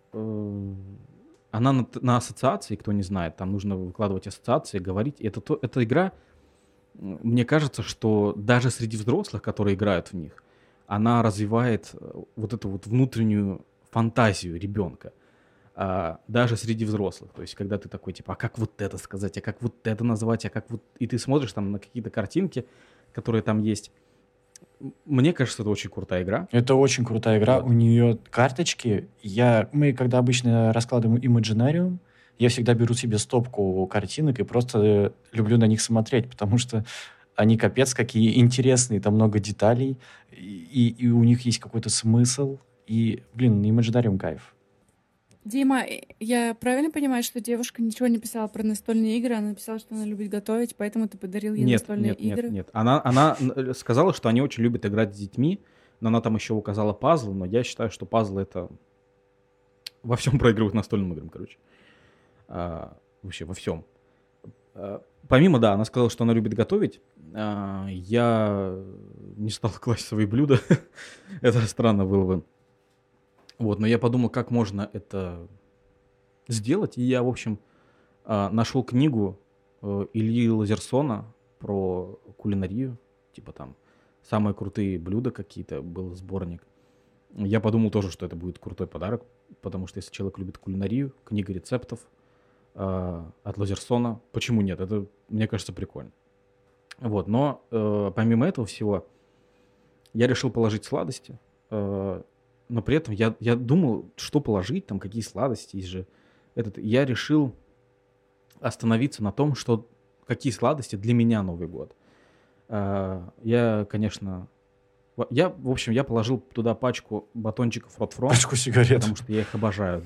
она на ассоциации, кто не знает, там нужно выкладывать ассоциации, говорить. Эта игра, мне кажется, что даже среди взрослых, которые играют в них, она развивает вот эту вот внутреннюю фантазию ребенка. Даже среди взрослых. То есть, когда ты такой, типа, а как вот это сказать, а как вот это назвать, а как вот... И ты смотришь там на какие-то картинки, которые там есть. Мне кажется, это очень крутая игра. Это очень крутая игра. Вот. У нее карточки. Мы, когда обычно раскладываем Imaginarium, я всегда беру себе стопку картинок и просто люблю на них смотреть, потому что Они капец какие интересные, там много деталей, и у них есть какой-то смысл. И, блин, Imaginarium кайф. Дима, я правильно понимаю, что девушка ничего не писала про настольные игры, она написала, что она любит готовить, поэтому ты подарил ей настольные игры? Нет. Она сказала, что они очень любят играть с детьми, но она там еще указала пазл, но я считаю, что пазл это во всем проигрывают настольным играм, короче. Вообще во всем. Помимо, да, она сказала, что она любит готовить. Я не стал класть свои блюда. Это странно было бы. Вот, но я подумал, как можно это сделать. И я, в общем, нашел книгу Ильи Лазерсона про кулинарию. Типа там самые крутые блюда какие-то, был сборник. Я подумал тоже, что это будет крутой подарок, потому что если человек любит кулинарию, книга рецептов от Лазерсона, почему нет? Это, мне кажется, прикольно. Вот, но помимо этого всего, я решил положить сладости, но при этом я думал, что положить, там какие сладости есть же. Я решил остановиться на том, что какие сладости для меня Новый год. Я, конечно... в общем, я положил туда пачку батончиков Ротфронт. Пачку сигарет. Потому что я их обожаю.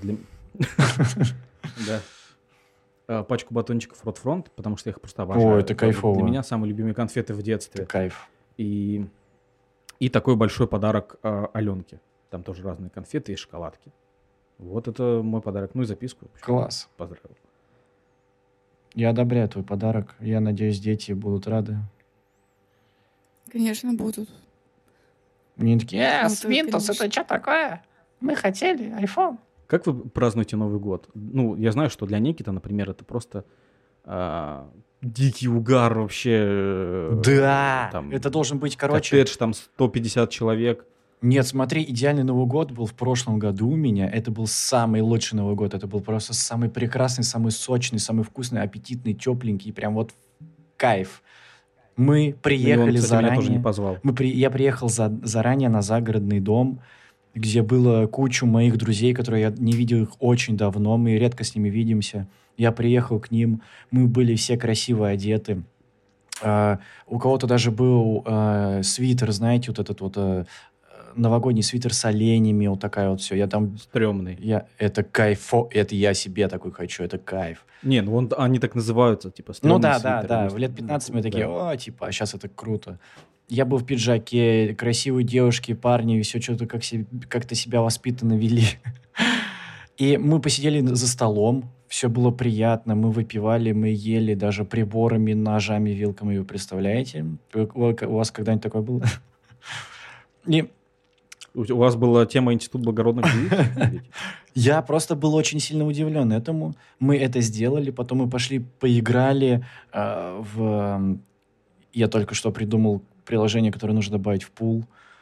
Да. Пачку батончиков Ротфронт, потому что я их просто обожаю. О, это кайфово. Для меня самые любимые конфеты в детстве. Это кайф. И такой большой подарок Аленке. Там тоже разные конфеты и шоколадки. Вот это мой подарок. Ну и записку. Класс. Поздравил. Я одобряю твой подарок. Я надеюсь, дети будут рады. Конечно, будут. Они такие, Ну, Свинтус, конечно. это что такое? Мы хотели iPhone. Как вы празднуете Новый год? Ну, я знаю, что для Никиты, например, это просто дикий угар вообще. Да, там, это должен быть, короче... Коттедж, там 150 человек. Нет, смотри, идеальный Новый год был в прошлом году у меня. Это был самый лучший Новый год. Это был просто самый прекрасный, самый сочный, самый вкусный, аппетитный, тепленький. Прям вот кайф. Мы приехали И он, кстати, заранее. меня тоже не позвал. Я приехал заранее на загородный дом, где было кучу моих друзей, которые я не видел их очень давно. Мы редко с ними видимся. Я приехал к ним. Мы были все красиво одеты. У кого-то даже был свитер, знаете, вот этот вот... новогодний свитер с оленями, вот такая вот все. Я там... Стрёмный. Это кайфо... Это я себе такой хочу, это кайф. Не, ну они так называются, типа, Ну стрёмный да. свитер. В лет 15 мы такие, Да. о, типа, а сейчас это круто. Я был в пиджаке, красивые девушки, парни, все что-то как-то себя воспитанно вели. И мы посидели за столом, все было приятно, мы выпивали, мы ели даже приборами, ножами, вилками, вы представляете? У вас когда-нибудь такое было? И У вас была тема Институт благородных девиц? я просто был очень сильно удивлен этому. Мы это сделали, потом мы пошли поиграли в... Я только что придумал приложение, которое нужно добавить в пул.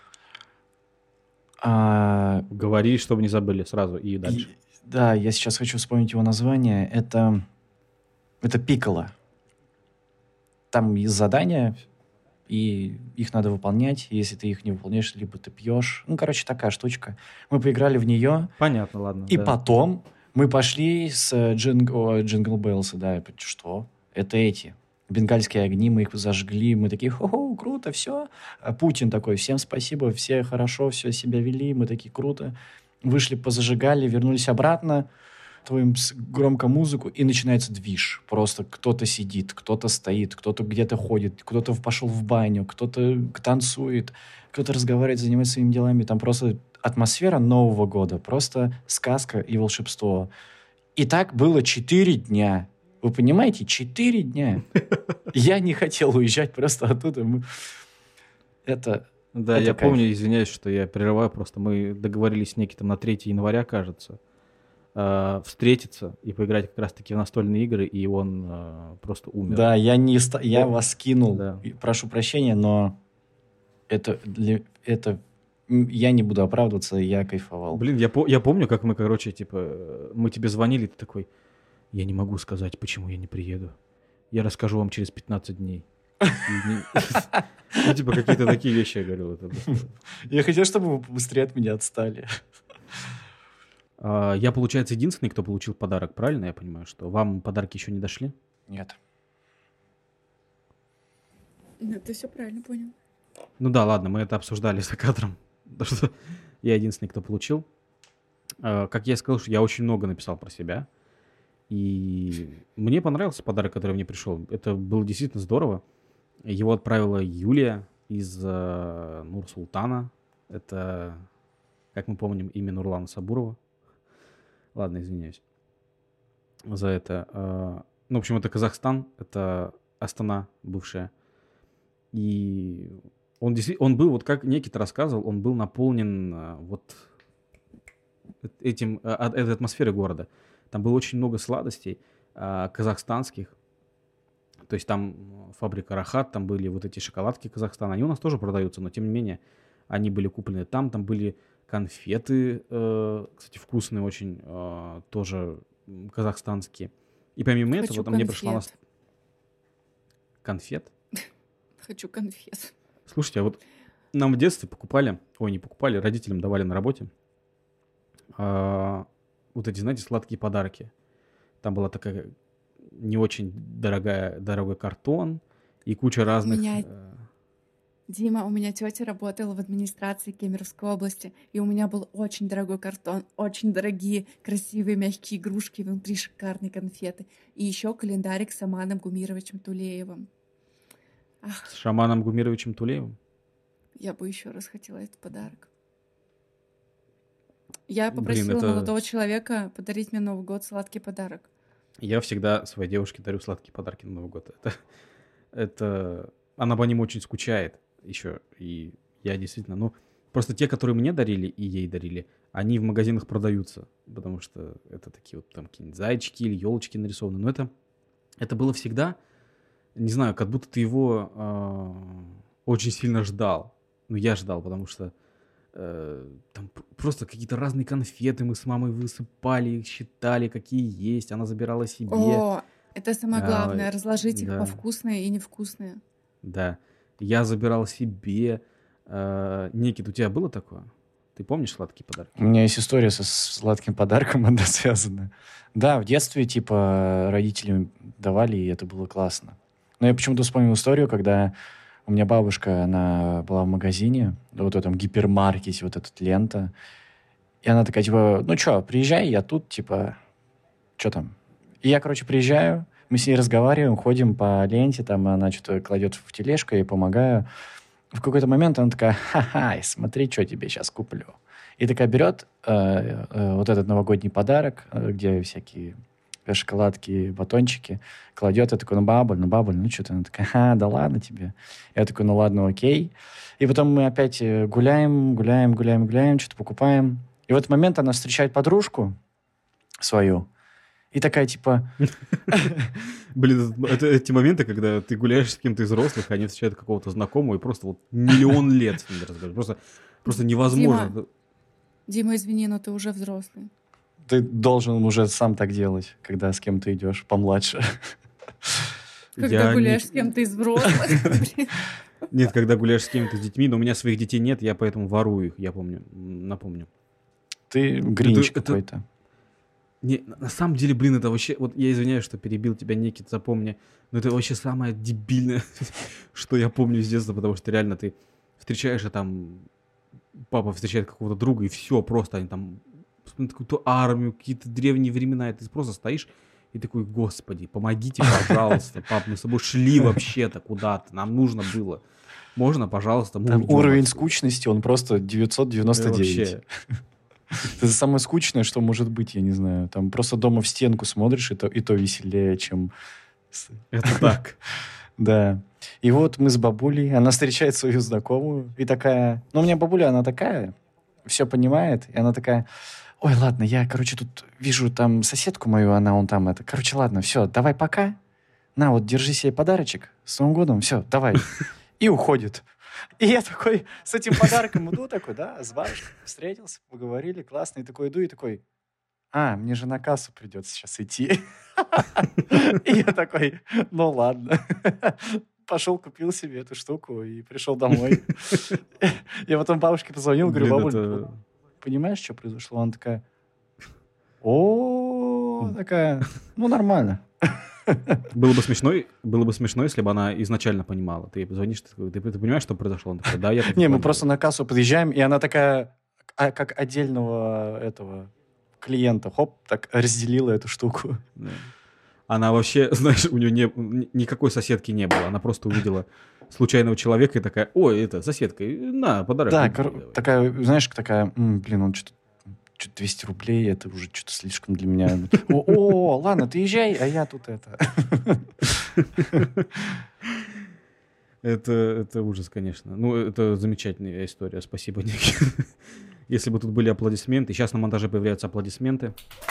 Говори, чтобы не забыли сразу и дальше. Да, я сейчас хочу вспомнить его название. Это Пикколо. Там есть задания, и их надо выполнять. Если ты их не выполняешь, либо ты пьешь. Ну, короче, такая штучка. Мы поиграли в нее. Понятно, ладно. И да. потом мы пошли с Джингл Беллс, да. Что? Это эти бенгальские огни, мы их зажгли. Мы такие, хо-хо, круто, все. А Путин такой, всем спасибо, все хорошо, все себя вели. Мы такие, круто. Вышли, позажигали, вернулись обратно. Громко музыку, и начинается движ. Просто кто-то сидит, кто-то стоит, кто-то где-то ходит, кто-то пошел в баню, кто-то танцует, кто-то разговаривает, занимается своими делами. Там просто атмосфера Нового года, просто сказка и волшебство. И так было 4 дня. Вы понимаете? 4 дня. Я не хотел уезжать просто оттуда. Да, я помню, извиняюсь, что я прерываю, просто мы договорились с Никитой на 3 января, кажется, встретиться и поиграть как раз-таки в настольные игры, и он просто умер. Да, я вас кинул. Да. Прошу прощения, но это я не буду оправдываться, я кайфовал. Блин, я помню, как мы, короче, типа, мы тебе звонили, ты такой, я не могу сказать, почему я не приеду. Я расскажу вам через 15 дней. Ну, типа, какие-то такие вещи я говорил. Я хотел, чтобы вы быстрее от меня отстали. Я, получается, единственный, кто получил подарок, правильно я понимаю, что вам подарки еще не дошли? Нет. Ну, ты все правильно понял. Ну да, ладно, мы это обсуждали за кадром. Потому что я единственный, кто получил. Как я сказал, что я очень много написал про себя. И мне понравился подарок, который мне пришел. Это было действительно здорово. Его отправила Юлия из Нур-Султана. Это, как мы помним, имя Нурлана Сабурова. Ладно, извиняюсь за это. Ну, в общем, это Казахстан, это Астана бывшая. И он был, вот как Никита рассказывал, он был наполнен вот этой атмосферой города. Там было очень много сладостей казахстанских. То есть там фабрика Рахат, там были вот эти шоколадки Казахстана. Они у нас тоже продаются, но тем не менее они были куплены там. Там были конфеты, кстати, вкусные очень, тоже казахстанские. И помимо Хочу этого там мне пришла конфет. Хочу конфет. Слушайте, а вот нам в детстве не покупали, родителям давали на работе вот эти, знаете, сладкие подарки. Там была такая не очень дорогой картон и куча разных... Дима, у меня тетя работала в администрации Кемеровской области, и у меня был очень дорогой картон, очень дорогие, красивые, мягкие игрушки, внутри шикарные конфеты. И еще календарик с Аманом Гумировичем Тулеевым. С Шаманом Гумировичем Тулеевым? Я бы еще раз хотела этот подарок. Я попросила молодого человека подарить мне на Новый год сладкий подарок. Я всегда своей девушке дарю сладкие подарки на Новый год. Она по ним очень скучает еще. И я действительно... просто те, которые мне дарили и ей дарили, они в магазинах продаются. Потому что это такие вот там какие-нибудь зайчики или елочки нарисованы. Но это было всегда... Не знаю, как будто ты его очень сильно ждал. Я ждал, потому что там просто какие-то разные конфеты мы с мамой высыпали, их считали, какие есть. Она забирала себе. О, это самое главное, разложить их по вкусные и невкусные. Да, я забирал себе. Никит, у тебя было такое? Ты помнишь сладкие подарки? У меня есть история со сладким подарком, она связана. Да, в детстве, типа, родители давали, и это было классно. Но я почему-то вспомнил историю, когда у меня бабушка, она была в магазине, вот в этом гипермаркете, вот эта лента. И она такая, типа, ну что, приезжай, я тут, типа, что там? И я, короче, приезжаю, мы с ней разговариваем, ходим по ленте, там она что-то кладет в тележку, я ей помогаю. В какой-то момент она такая, ха-ха, смотри, что тебе сейчас куплю. И такая берет вот этот новогодний подарок, где всякие шоколадки, батончики, кладет, я такой, ну бабуль, что-то. Она такая, да ладно тебе. Я такой, ну ладно, окей. И потом мы опять гуляем, что-то покупаем. И в этот момент она встречает подружку свою, и такая, типа... Блин, это эти моменты, когда ты гуляешь с кем-то из взрослых, они встречают какого-то знакомого, и просто вот миллион лет с ними разговариваешь. Просто невозможно. Дима, извини, но ты уже взрослый. Ты должен уже сам так делать, когда с кем-то идешь помладше. Когда гуляешь с кем-то из взрослых. Нет, когда гуляешь с кем-то с детьми, но у меня своих детей нет, я поэтому ворую их, я напомню. Ты гринч какой-то. Не, на самом деле, блин, это вообще... Вот я извиняюсь, что перебил тебя, Никит, запомни. Но это вообще самое дебильное, что я помню с детства, потому что реально ты встречаешь, а там папа встречает какого-то друга, и все, просто они там... какую-то армию, какие-то древние времена, и ты просто стоишь и такой, господи, помогите, пожалуйста, пап, мы с тобой шли вообще-то куда-то, нам нужно было. Можно, пожалуйста, мы уйдем уровень отсюда. Скучности, он просто 999. Это самое скучное, что может быть, я не знаю. Там просто дома в стенку смотришь, и то веселее, чем... Это так. Да. И вот мы с бабулей, она встречает свою знакомую, и такая... Ну, у меня бабуля, она такая, все понимает, и она такая... Ой, ладно, я, короче, тут вижу там соседку мою, она вон там это... Короче, ладно, все, давай пока. На, вот, держи себе подарочек. С Новым годом, все, давай. И уходит. И я такой с этим подарком иду, такой, да, с бабушкой встретился, поговорили, классно. И такой иду, и такой, мне же на кассу придется сейчас идти. И я такой, ну ладно. Пошел, купил себе эту штуку и пришел домой. Я потом бабушке позвонил, говорю, бабуль, понимаешь, что произошло? Она такая, такая, ну нормально. Было бы смешно, если бы она изначально понимала. Ты звонишь, ты понимаешь, что произошло? Он такой, да, я так Не, мы понял. просто на кассу подъезжаем, и она такая, как отдельного этого клиента, хоп, так разделила эту штуку. Да. Она вообще, знаешь, у нее никакой соседки не было. Она просто увидела случайного человека и такая, ой, это соседка, на, подарок. Да, давай». такая, знаешь, такая, блин, он что-то 200 рублей, это уже что-то слишком для меня. О, ладно, ты езжай, а я тут это. Это ужас, конечно. Ну, это замечательная история. Спасибо, Ник. Если бы тут были аплодисменты. Сейчас на монтаже появляются аплодисменты.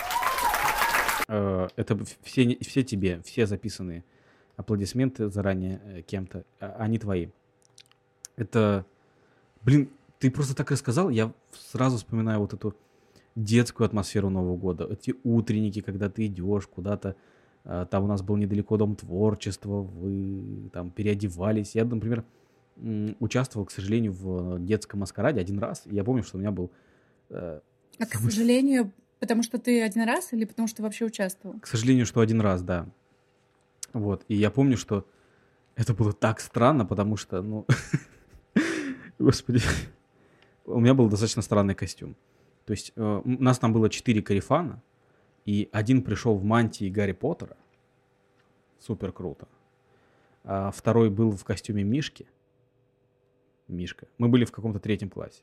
Это все тебе, все записанные аплодисменты заранее кем-то. Они твои. Это... Блин, ты просто так рассказал, я сразу вспоминаю вот эту детскую атмосферу Нового года. Эти утренники, когда ты идешь куда-то. Там у нас был недалеко Дом творчества, вы там переодевались. Я, например, участвовал, к сожалению, в детском маскараде один раз. Я помню, что у меня был... к сожалению, потому что ты один раз или потому что вообще участвовал? К сожалению, что один раз, да. Вот. И я помню, что это было так странно, потому что, ну... Господи. У меня был достаточно странный костюм. То есть у нас там было 4 корефана, и один пришел в мантии Гарри Поттера. Супер круто. А второй был в костюме Мишки. Мишка. Мы были в каком-то 3 классе.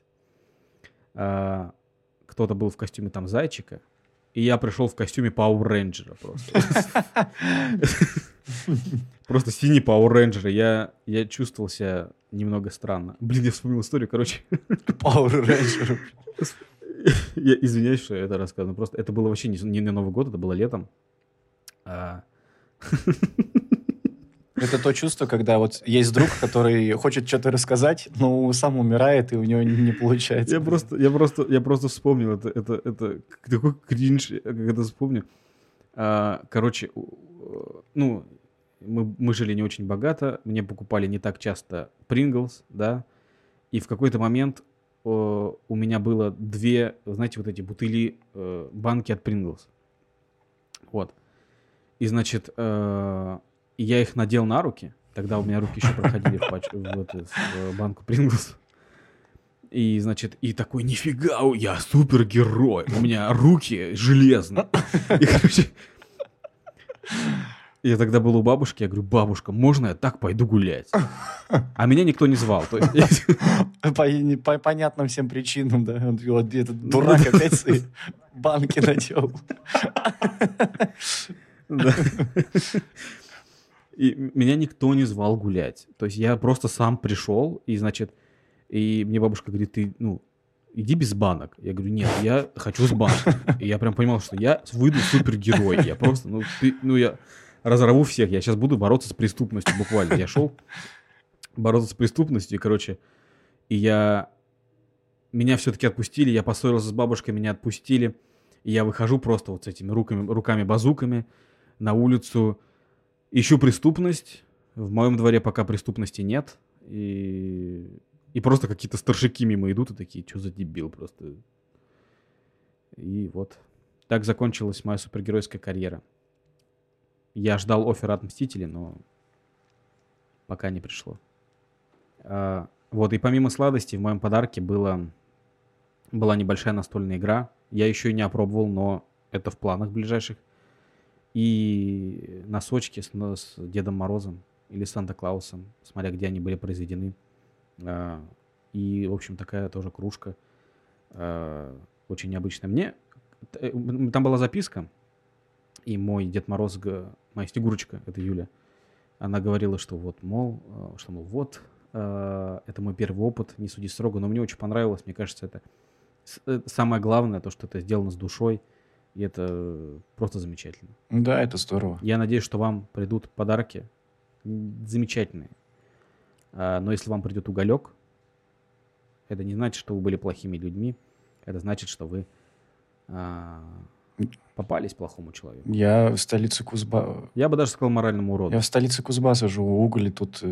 Кто-то был в костюме там Зайчика. И я пришел в костюме Пауэр Рейнджера просто. Просто синий Пауэр Рейнджер. Я чувствовал себя немного странно. Блин, я вспомнил историю, короче. Пауэр Рейнджер. Я извиняюсь, что я это рассказываю. Просто это было вообще не на Новый год, это было летом. Это то чувство, когда вот есть друг, который хочет что-то рассказать, но сам умирает, и у него не получается. Я просто вспомнил это такой кринж, я когда вспомню. Короче, ну, мы жили не очень богато, мне покупали не так часто Pringles, да, и в какой-то момент у меня было 2, знаете, вот эти бутыли, банки от Pringles. Вот. И, значит, я их надел на руки. Тогда у меня руки еще проходили в банку Pringles. И, значит, и такой, нифига, я супергерой. У меня руки железные. И, короче, я тогда был у бабушки, я говорю, бабушка, можно я так пойду гулять? А меня никто не звал. То есть... По понятным всем причинам, да. Вот этот дурак опять свои банки надел. Да. И меня никто не звал гулять. То есть я просто сам пришел, и, значит, и мне бабушка говорит, ты, ну, иди без банок. Я говорю, нет, я хочу с банками. И я прям понимал, что я выйду супергерой. Я просто, я разорву всех. Я сейчас буду бороться с преступностью буквально. Я шел бороться с преступностью, и, короче, меня все-таки отпустили, я поссорился с бабушкой, меня отпустили. И я выхожу просто вот с этими руками-базуками на улицу, ищу преступность. В моем дворе пока преступности нет. И просто какие-то старшики мимо идут и такие, что за дебил просто. И вот. Так закончилась моя супергеройская карьера. Я ждал оффера от Мстителей, но пока не пришло. Вот, и помимо сладостей в моем подарке была небольшая настольная игра. Я еще и не опробовал, но это в планах ближайших. И носочки с Дедом Морозом или Санта-Клаусом, смотря где они были произведены. И, в общем, такая тоже кружка. Очень необычная. Там была записка, и мой Дед Мороз, моя Снегурочка, это Юля, она говорила, что вот, мол, это мой первый опыт, не суди строго, но мне очень понравилось. Мне кажется, это самое главное, то, что это сделано с душой. И это просто замечательно. Да, это здорово. Я надеюсь, что вам придут подарки замечательные. Но если вам придет уголек, это не значит, что вы были плохими людьми. Это значит, что вы попались плохому человеку. Я в столице Кузбасса... Я бы даже сказал моральному уроду. Я в столице Кузбасса живу, уголь тут...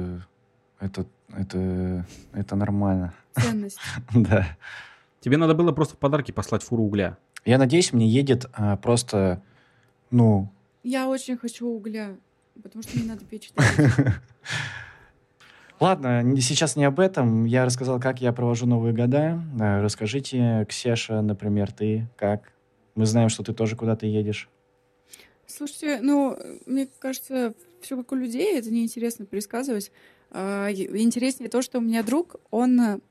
Это нормально. Ценность. Да. Тебе надо было просто в подарки послать фуру угля. Я надеюсь, мне едет просто, Я очень хочу угля. Потому что не надо петь 4. Ладно, сейчас не об этом. Я рассказал, как я провожу Новые года. Расскажите, Ксеша, например, ты как? Мы знаем, что ты тоже куда-то едешь. Слушайте, мне кажется, все как у людей, это неинтересно пересказывать. Интереснее то, что у меня друг, он...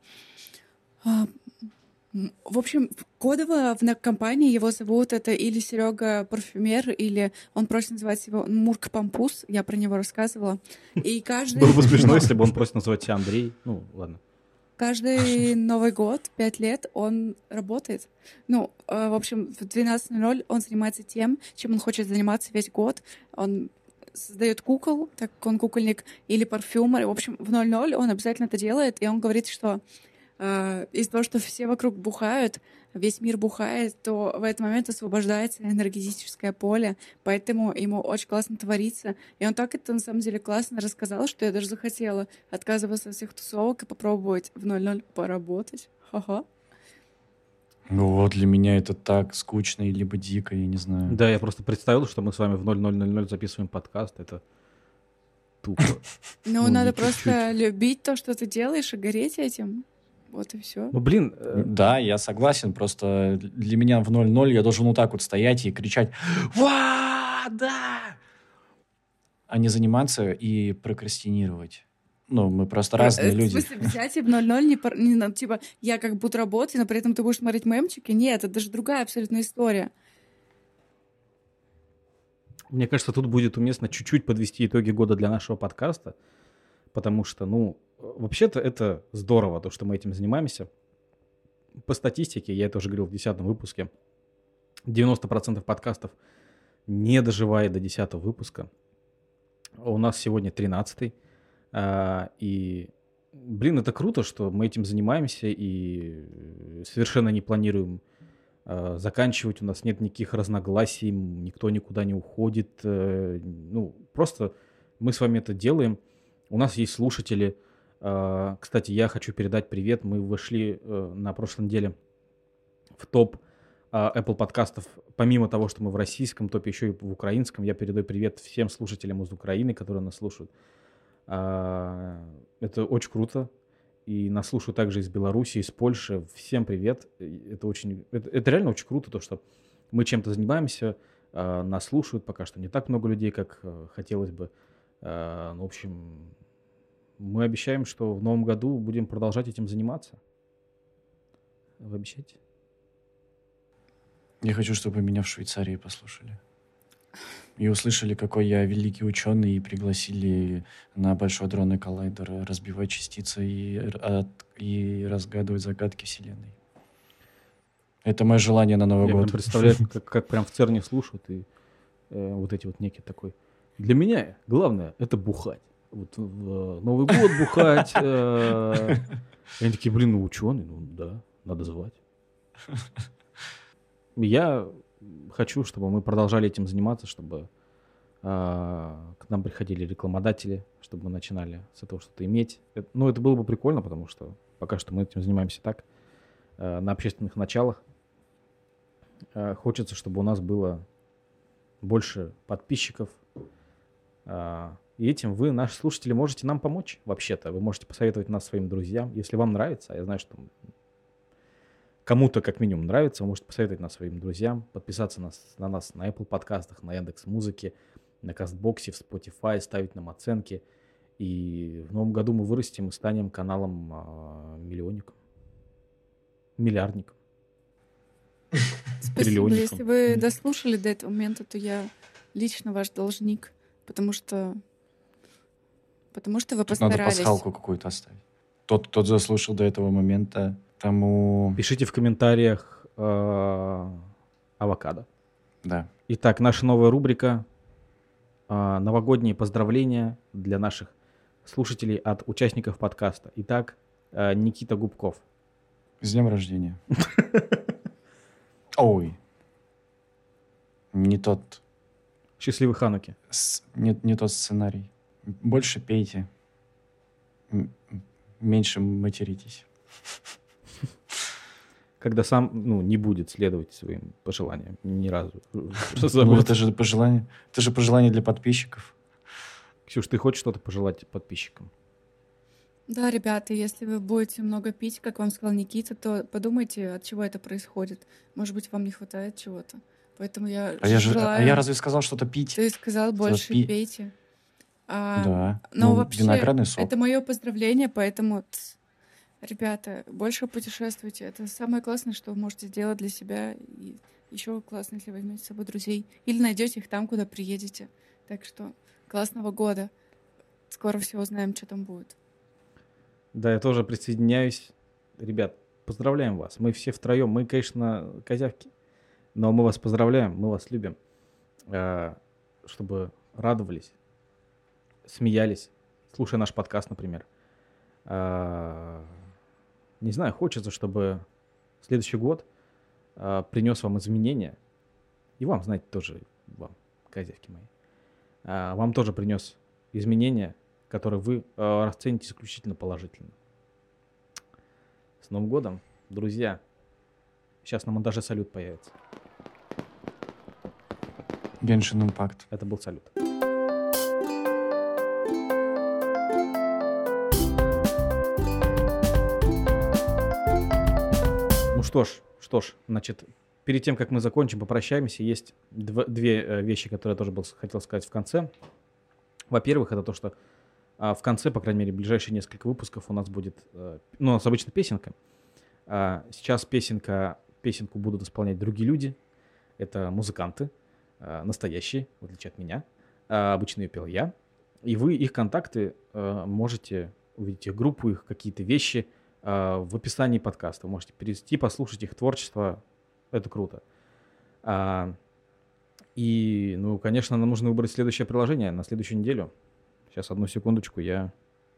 В общем, кодово в компании его зовут это или Серега парфюмер, или он просит называть его Мурк Пампус, я про него рассказывала. И каждый... Было бы смешно, если бы он просит называть себя Андрей. Ну, ладно. Каждый Новый год, 5 лет, он работает. В общем, в 12:00 он занимается тем, чем он хочет заниматься весь год. Он создает кукол, так как он кукольник, или парфюмер. В общем, в 00 он обязательно это делает, и он говорит, что из-за того, что все вокруг бухают, весь мир бухает, то в этот момент освобождается энергетическое поле, поэтому ему очень классно творится. И он так это, на самом деле, классно рассказал, что я даже захотела отказываться от всех тусовок и попробовать в 00 поработать. Ха-ха. Ну вот, для меня это так скучно, либо дико, я не знаю. Да, я просто представил, что мы с вами в 00:00 записываем подкаст. Это тупо. Надо просто любить то, что ты делаешь, и гореть этим. Вот и все. Блин. Да, я согласен. Просто для меня в 00 я должен вот так вот стоять и кричать «Ва, да!», а не заниматься и прокрастинировать. Мы просто разные люди. В смысле, взять и в 00 типа, я как буду работать, но при этом ты будешь смотреть мемчики? Нет, это даже другая абсолютно история. Мне кажется, тут будет уместно чуть-чуть подвести итоги года для нашего подкаста, потому что, вообще-то это здорово, то, что мы этим занимаемся. По статистике, я это уже говорил в 10-м выпуске, 90% подкастов не доживает до 10-го выпуска. У нас сегодня 13-й. И, это круто, что мы этим занимаемся и совершенно не планируем заканчивать. У нас нет никаких разногласий, никто никуда не уходит. Просто мы с вами это делаем. У нас есть слушатели. Кстати, я хочу передать привет. Мы вошли на прошлой неделе в топ Apple подкастов. Помимо того, что мы в российском топе, еще и в украинском. Я передаю привет всем слушателям из Украины, которые нас слушают. Это очень круто. И нас слушают также из Беларуси, из Польши. Всем привет. Это реально очень круто, то, что мы чем-то занимаемся. Нас слушают пока что не так много людей, как хотелось бы. В общем, мы обещаем, что в новом году будем продолжать этим заниматься. Вы обещаете? Я хочу, чтобы меня в Швейцарии послушали. И услышали, какой я великий ученый, и пригласили на Большой адронный коллайдер разбивать частицы и разгадывать загадки Вселенной. Это мое желание на Новый год. Я представляю, как прям в ЦЕРНе слушают, и вот эти вот некий такой. Для меня главное — это бухать. Вот в Новый год бухать. И они такие, ученый, да, надо звать. Я хочу, чтобы мы продолжали этим заниматься, чтобы к нам приходили рекламодатели, чтобы мы начинали с этого что-то иметь. Это было бы прикольно, потому что пока что мы этим занимаемся так, на общественных началах. Хочется, чтобы у нас было больше подписчиков. И этим вы, наши слушатели, можете нам помочь вообще-то. Вы можете посоветовать нас своим друзьям, если вам нравится. Я знаю, что кому-то как минимум нравится, вы можете посоветовать нас своим друзьям, подписаться на нас на Apple подкастах, на Яндекс.Музыке, на Кастбоксе, в Spotify, ставить нам оценки. И в новом году мы вырастем и станем каналом миллиардником. Спасибо. Если вы дослушали до этого момента, то я лично ваш должник, потому что вы постарались. Надо пасхалку какую-то оставить. Тот, кто заслушал до этого момента, тому... Пишите в комментариях авокадо. Да. Итак, наша новая рубрика «Новогодние поздравления» для наших слушателей от участников подкаста. Итак, Никита Губков. С днем рождения. Ой. Не тот. Счастливой Хануки. Не тот сценарий. Больше пейте. Меньше материтесь. Когда сам не будет следовать своим пожеланиям ни разу. Это же пожелание. Это же пожелание для подписчиков. Ксюш, ты хочешь что-то пожелать подписчикам? Да, ребята, если вы будете много пить, как вам сказал Никита, то подумайте, от чего это происходит. Может быть, вам не хватает чего-то. Поэтому я А я желаю... разве сказал что-то пить? Ты сказал, больше пейте. Да. Но вообще, виноградный сок. это мое поздравление, поэтому, ребята, больше путешествуйте. Это самое классное, что вы можете сделать для себя. И еще классно, если возьмете с собой друзей. Или найдете их там, куда приедете. Так что классного года. Скоро все узнаем, что там будет. Да, я тоже присоединяюсь. Ребят, поздравляем вас. Мы все втроем. Мы, конечно, козявки. Но мы вас поздравляем, мы вас любим. Чтобы радовались, смеялись, слушая наш подкаст, например. Не знаю, хочется, чтобы следующий год принес вам изменения. И вам, знаете, тоже, вам, козявки мои. Вам тоже принес изменения, которые вы расцените исключительно положительно. С Новым годом, друзья. Сейчас на монтаже салют появится. Геншин Импакт. Это был салют. Ну что ж, значит, перед тем, как мы закончим, попрощаемся, есть две вещи, которые я тоже хотел сказать в конце. Во-первых, это то, что в конце, по крайней мере, ближайшие несколько выпусков у нас будет, у нас обычно песенка. Сейчас песенку будут исполнять другие люди. Это музыканты, настоящие, в отличие от меня. Обычно ее пел я. И вы их контакты можете увидеть, их группу, их какие-то вещи в описании подкаста. Вы можете перейти, послушать их творчество. Это круто. И, конечно, нам нужно выбрать следующее приложение на следующую неделю. Сейчас, одну секундочку, я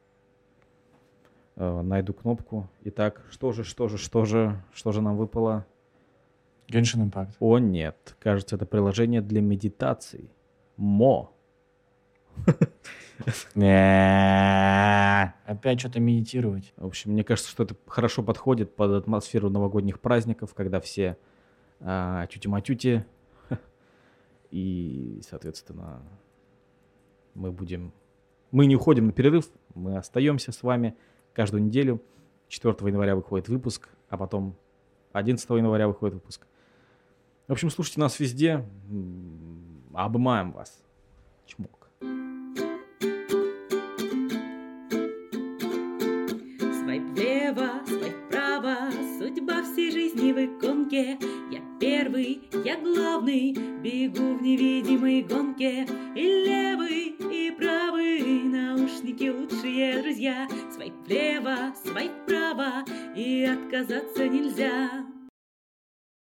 найду кнопку. Итак, что же нам выпало? Геншин Импакт. О, нет. Кажется, это приложение для медитаций. Мо. Опять что-то медитировать. В общем, мне кажется, что это хорошо подходит под атмосферу новогодних праздников, когда все тюти-матюти. И, соответственно, мы не уходим на перерыв, мы остаемся с вами каждую неделю. 4 января выходит выпуск, а потом 11 января выходит выпуск. В общем, слушайте нас везде. Обнимаем вас. Чмок. Свайп влево, свайп вправо, судьба всей жизни в иконке. Я первый, я главный, бегу в невидимой гонке. И левый, и правый, наушники лучшие друзья. Свайп влево, свайп вправо, и отказаться нельзя.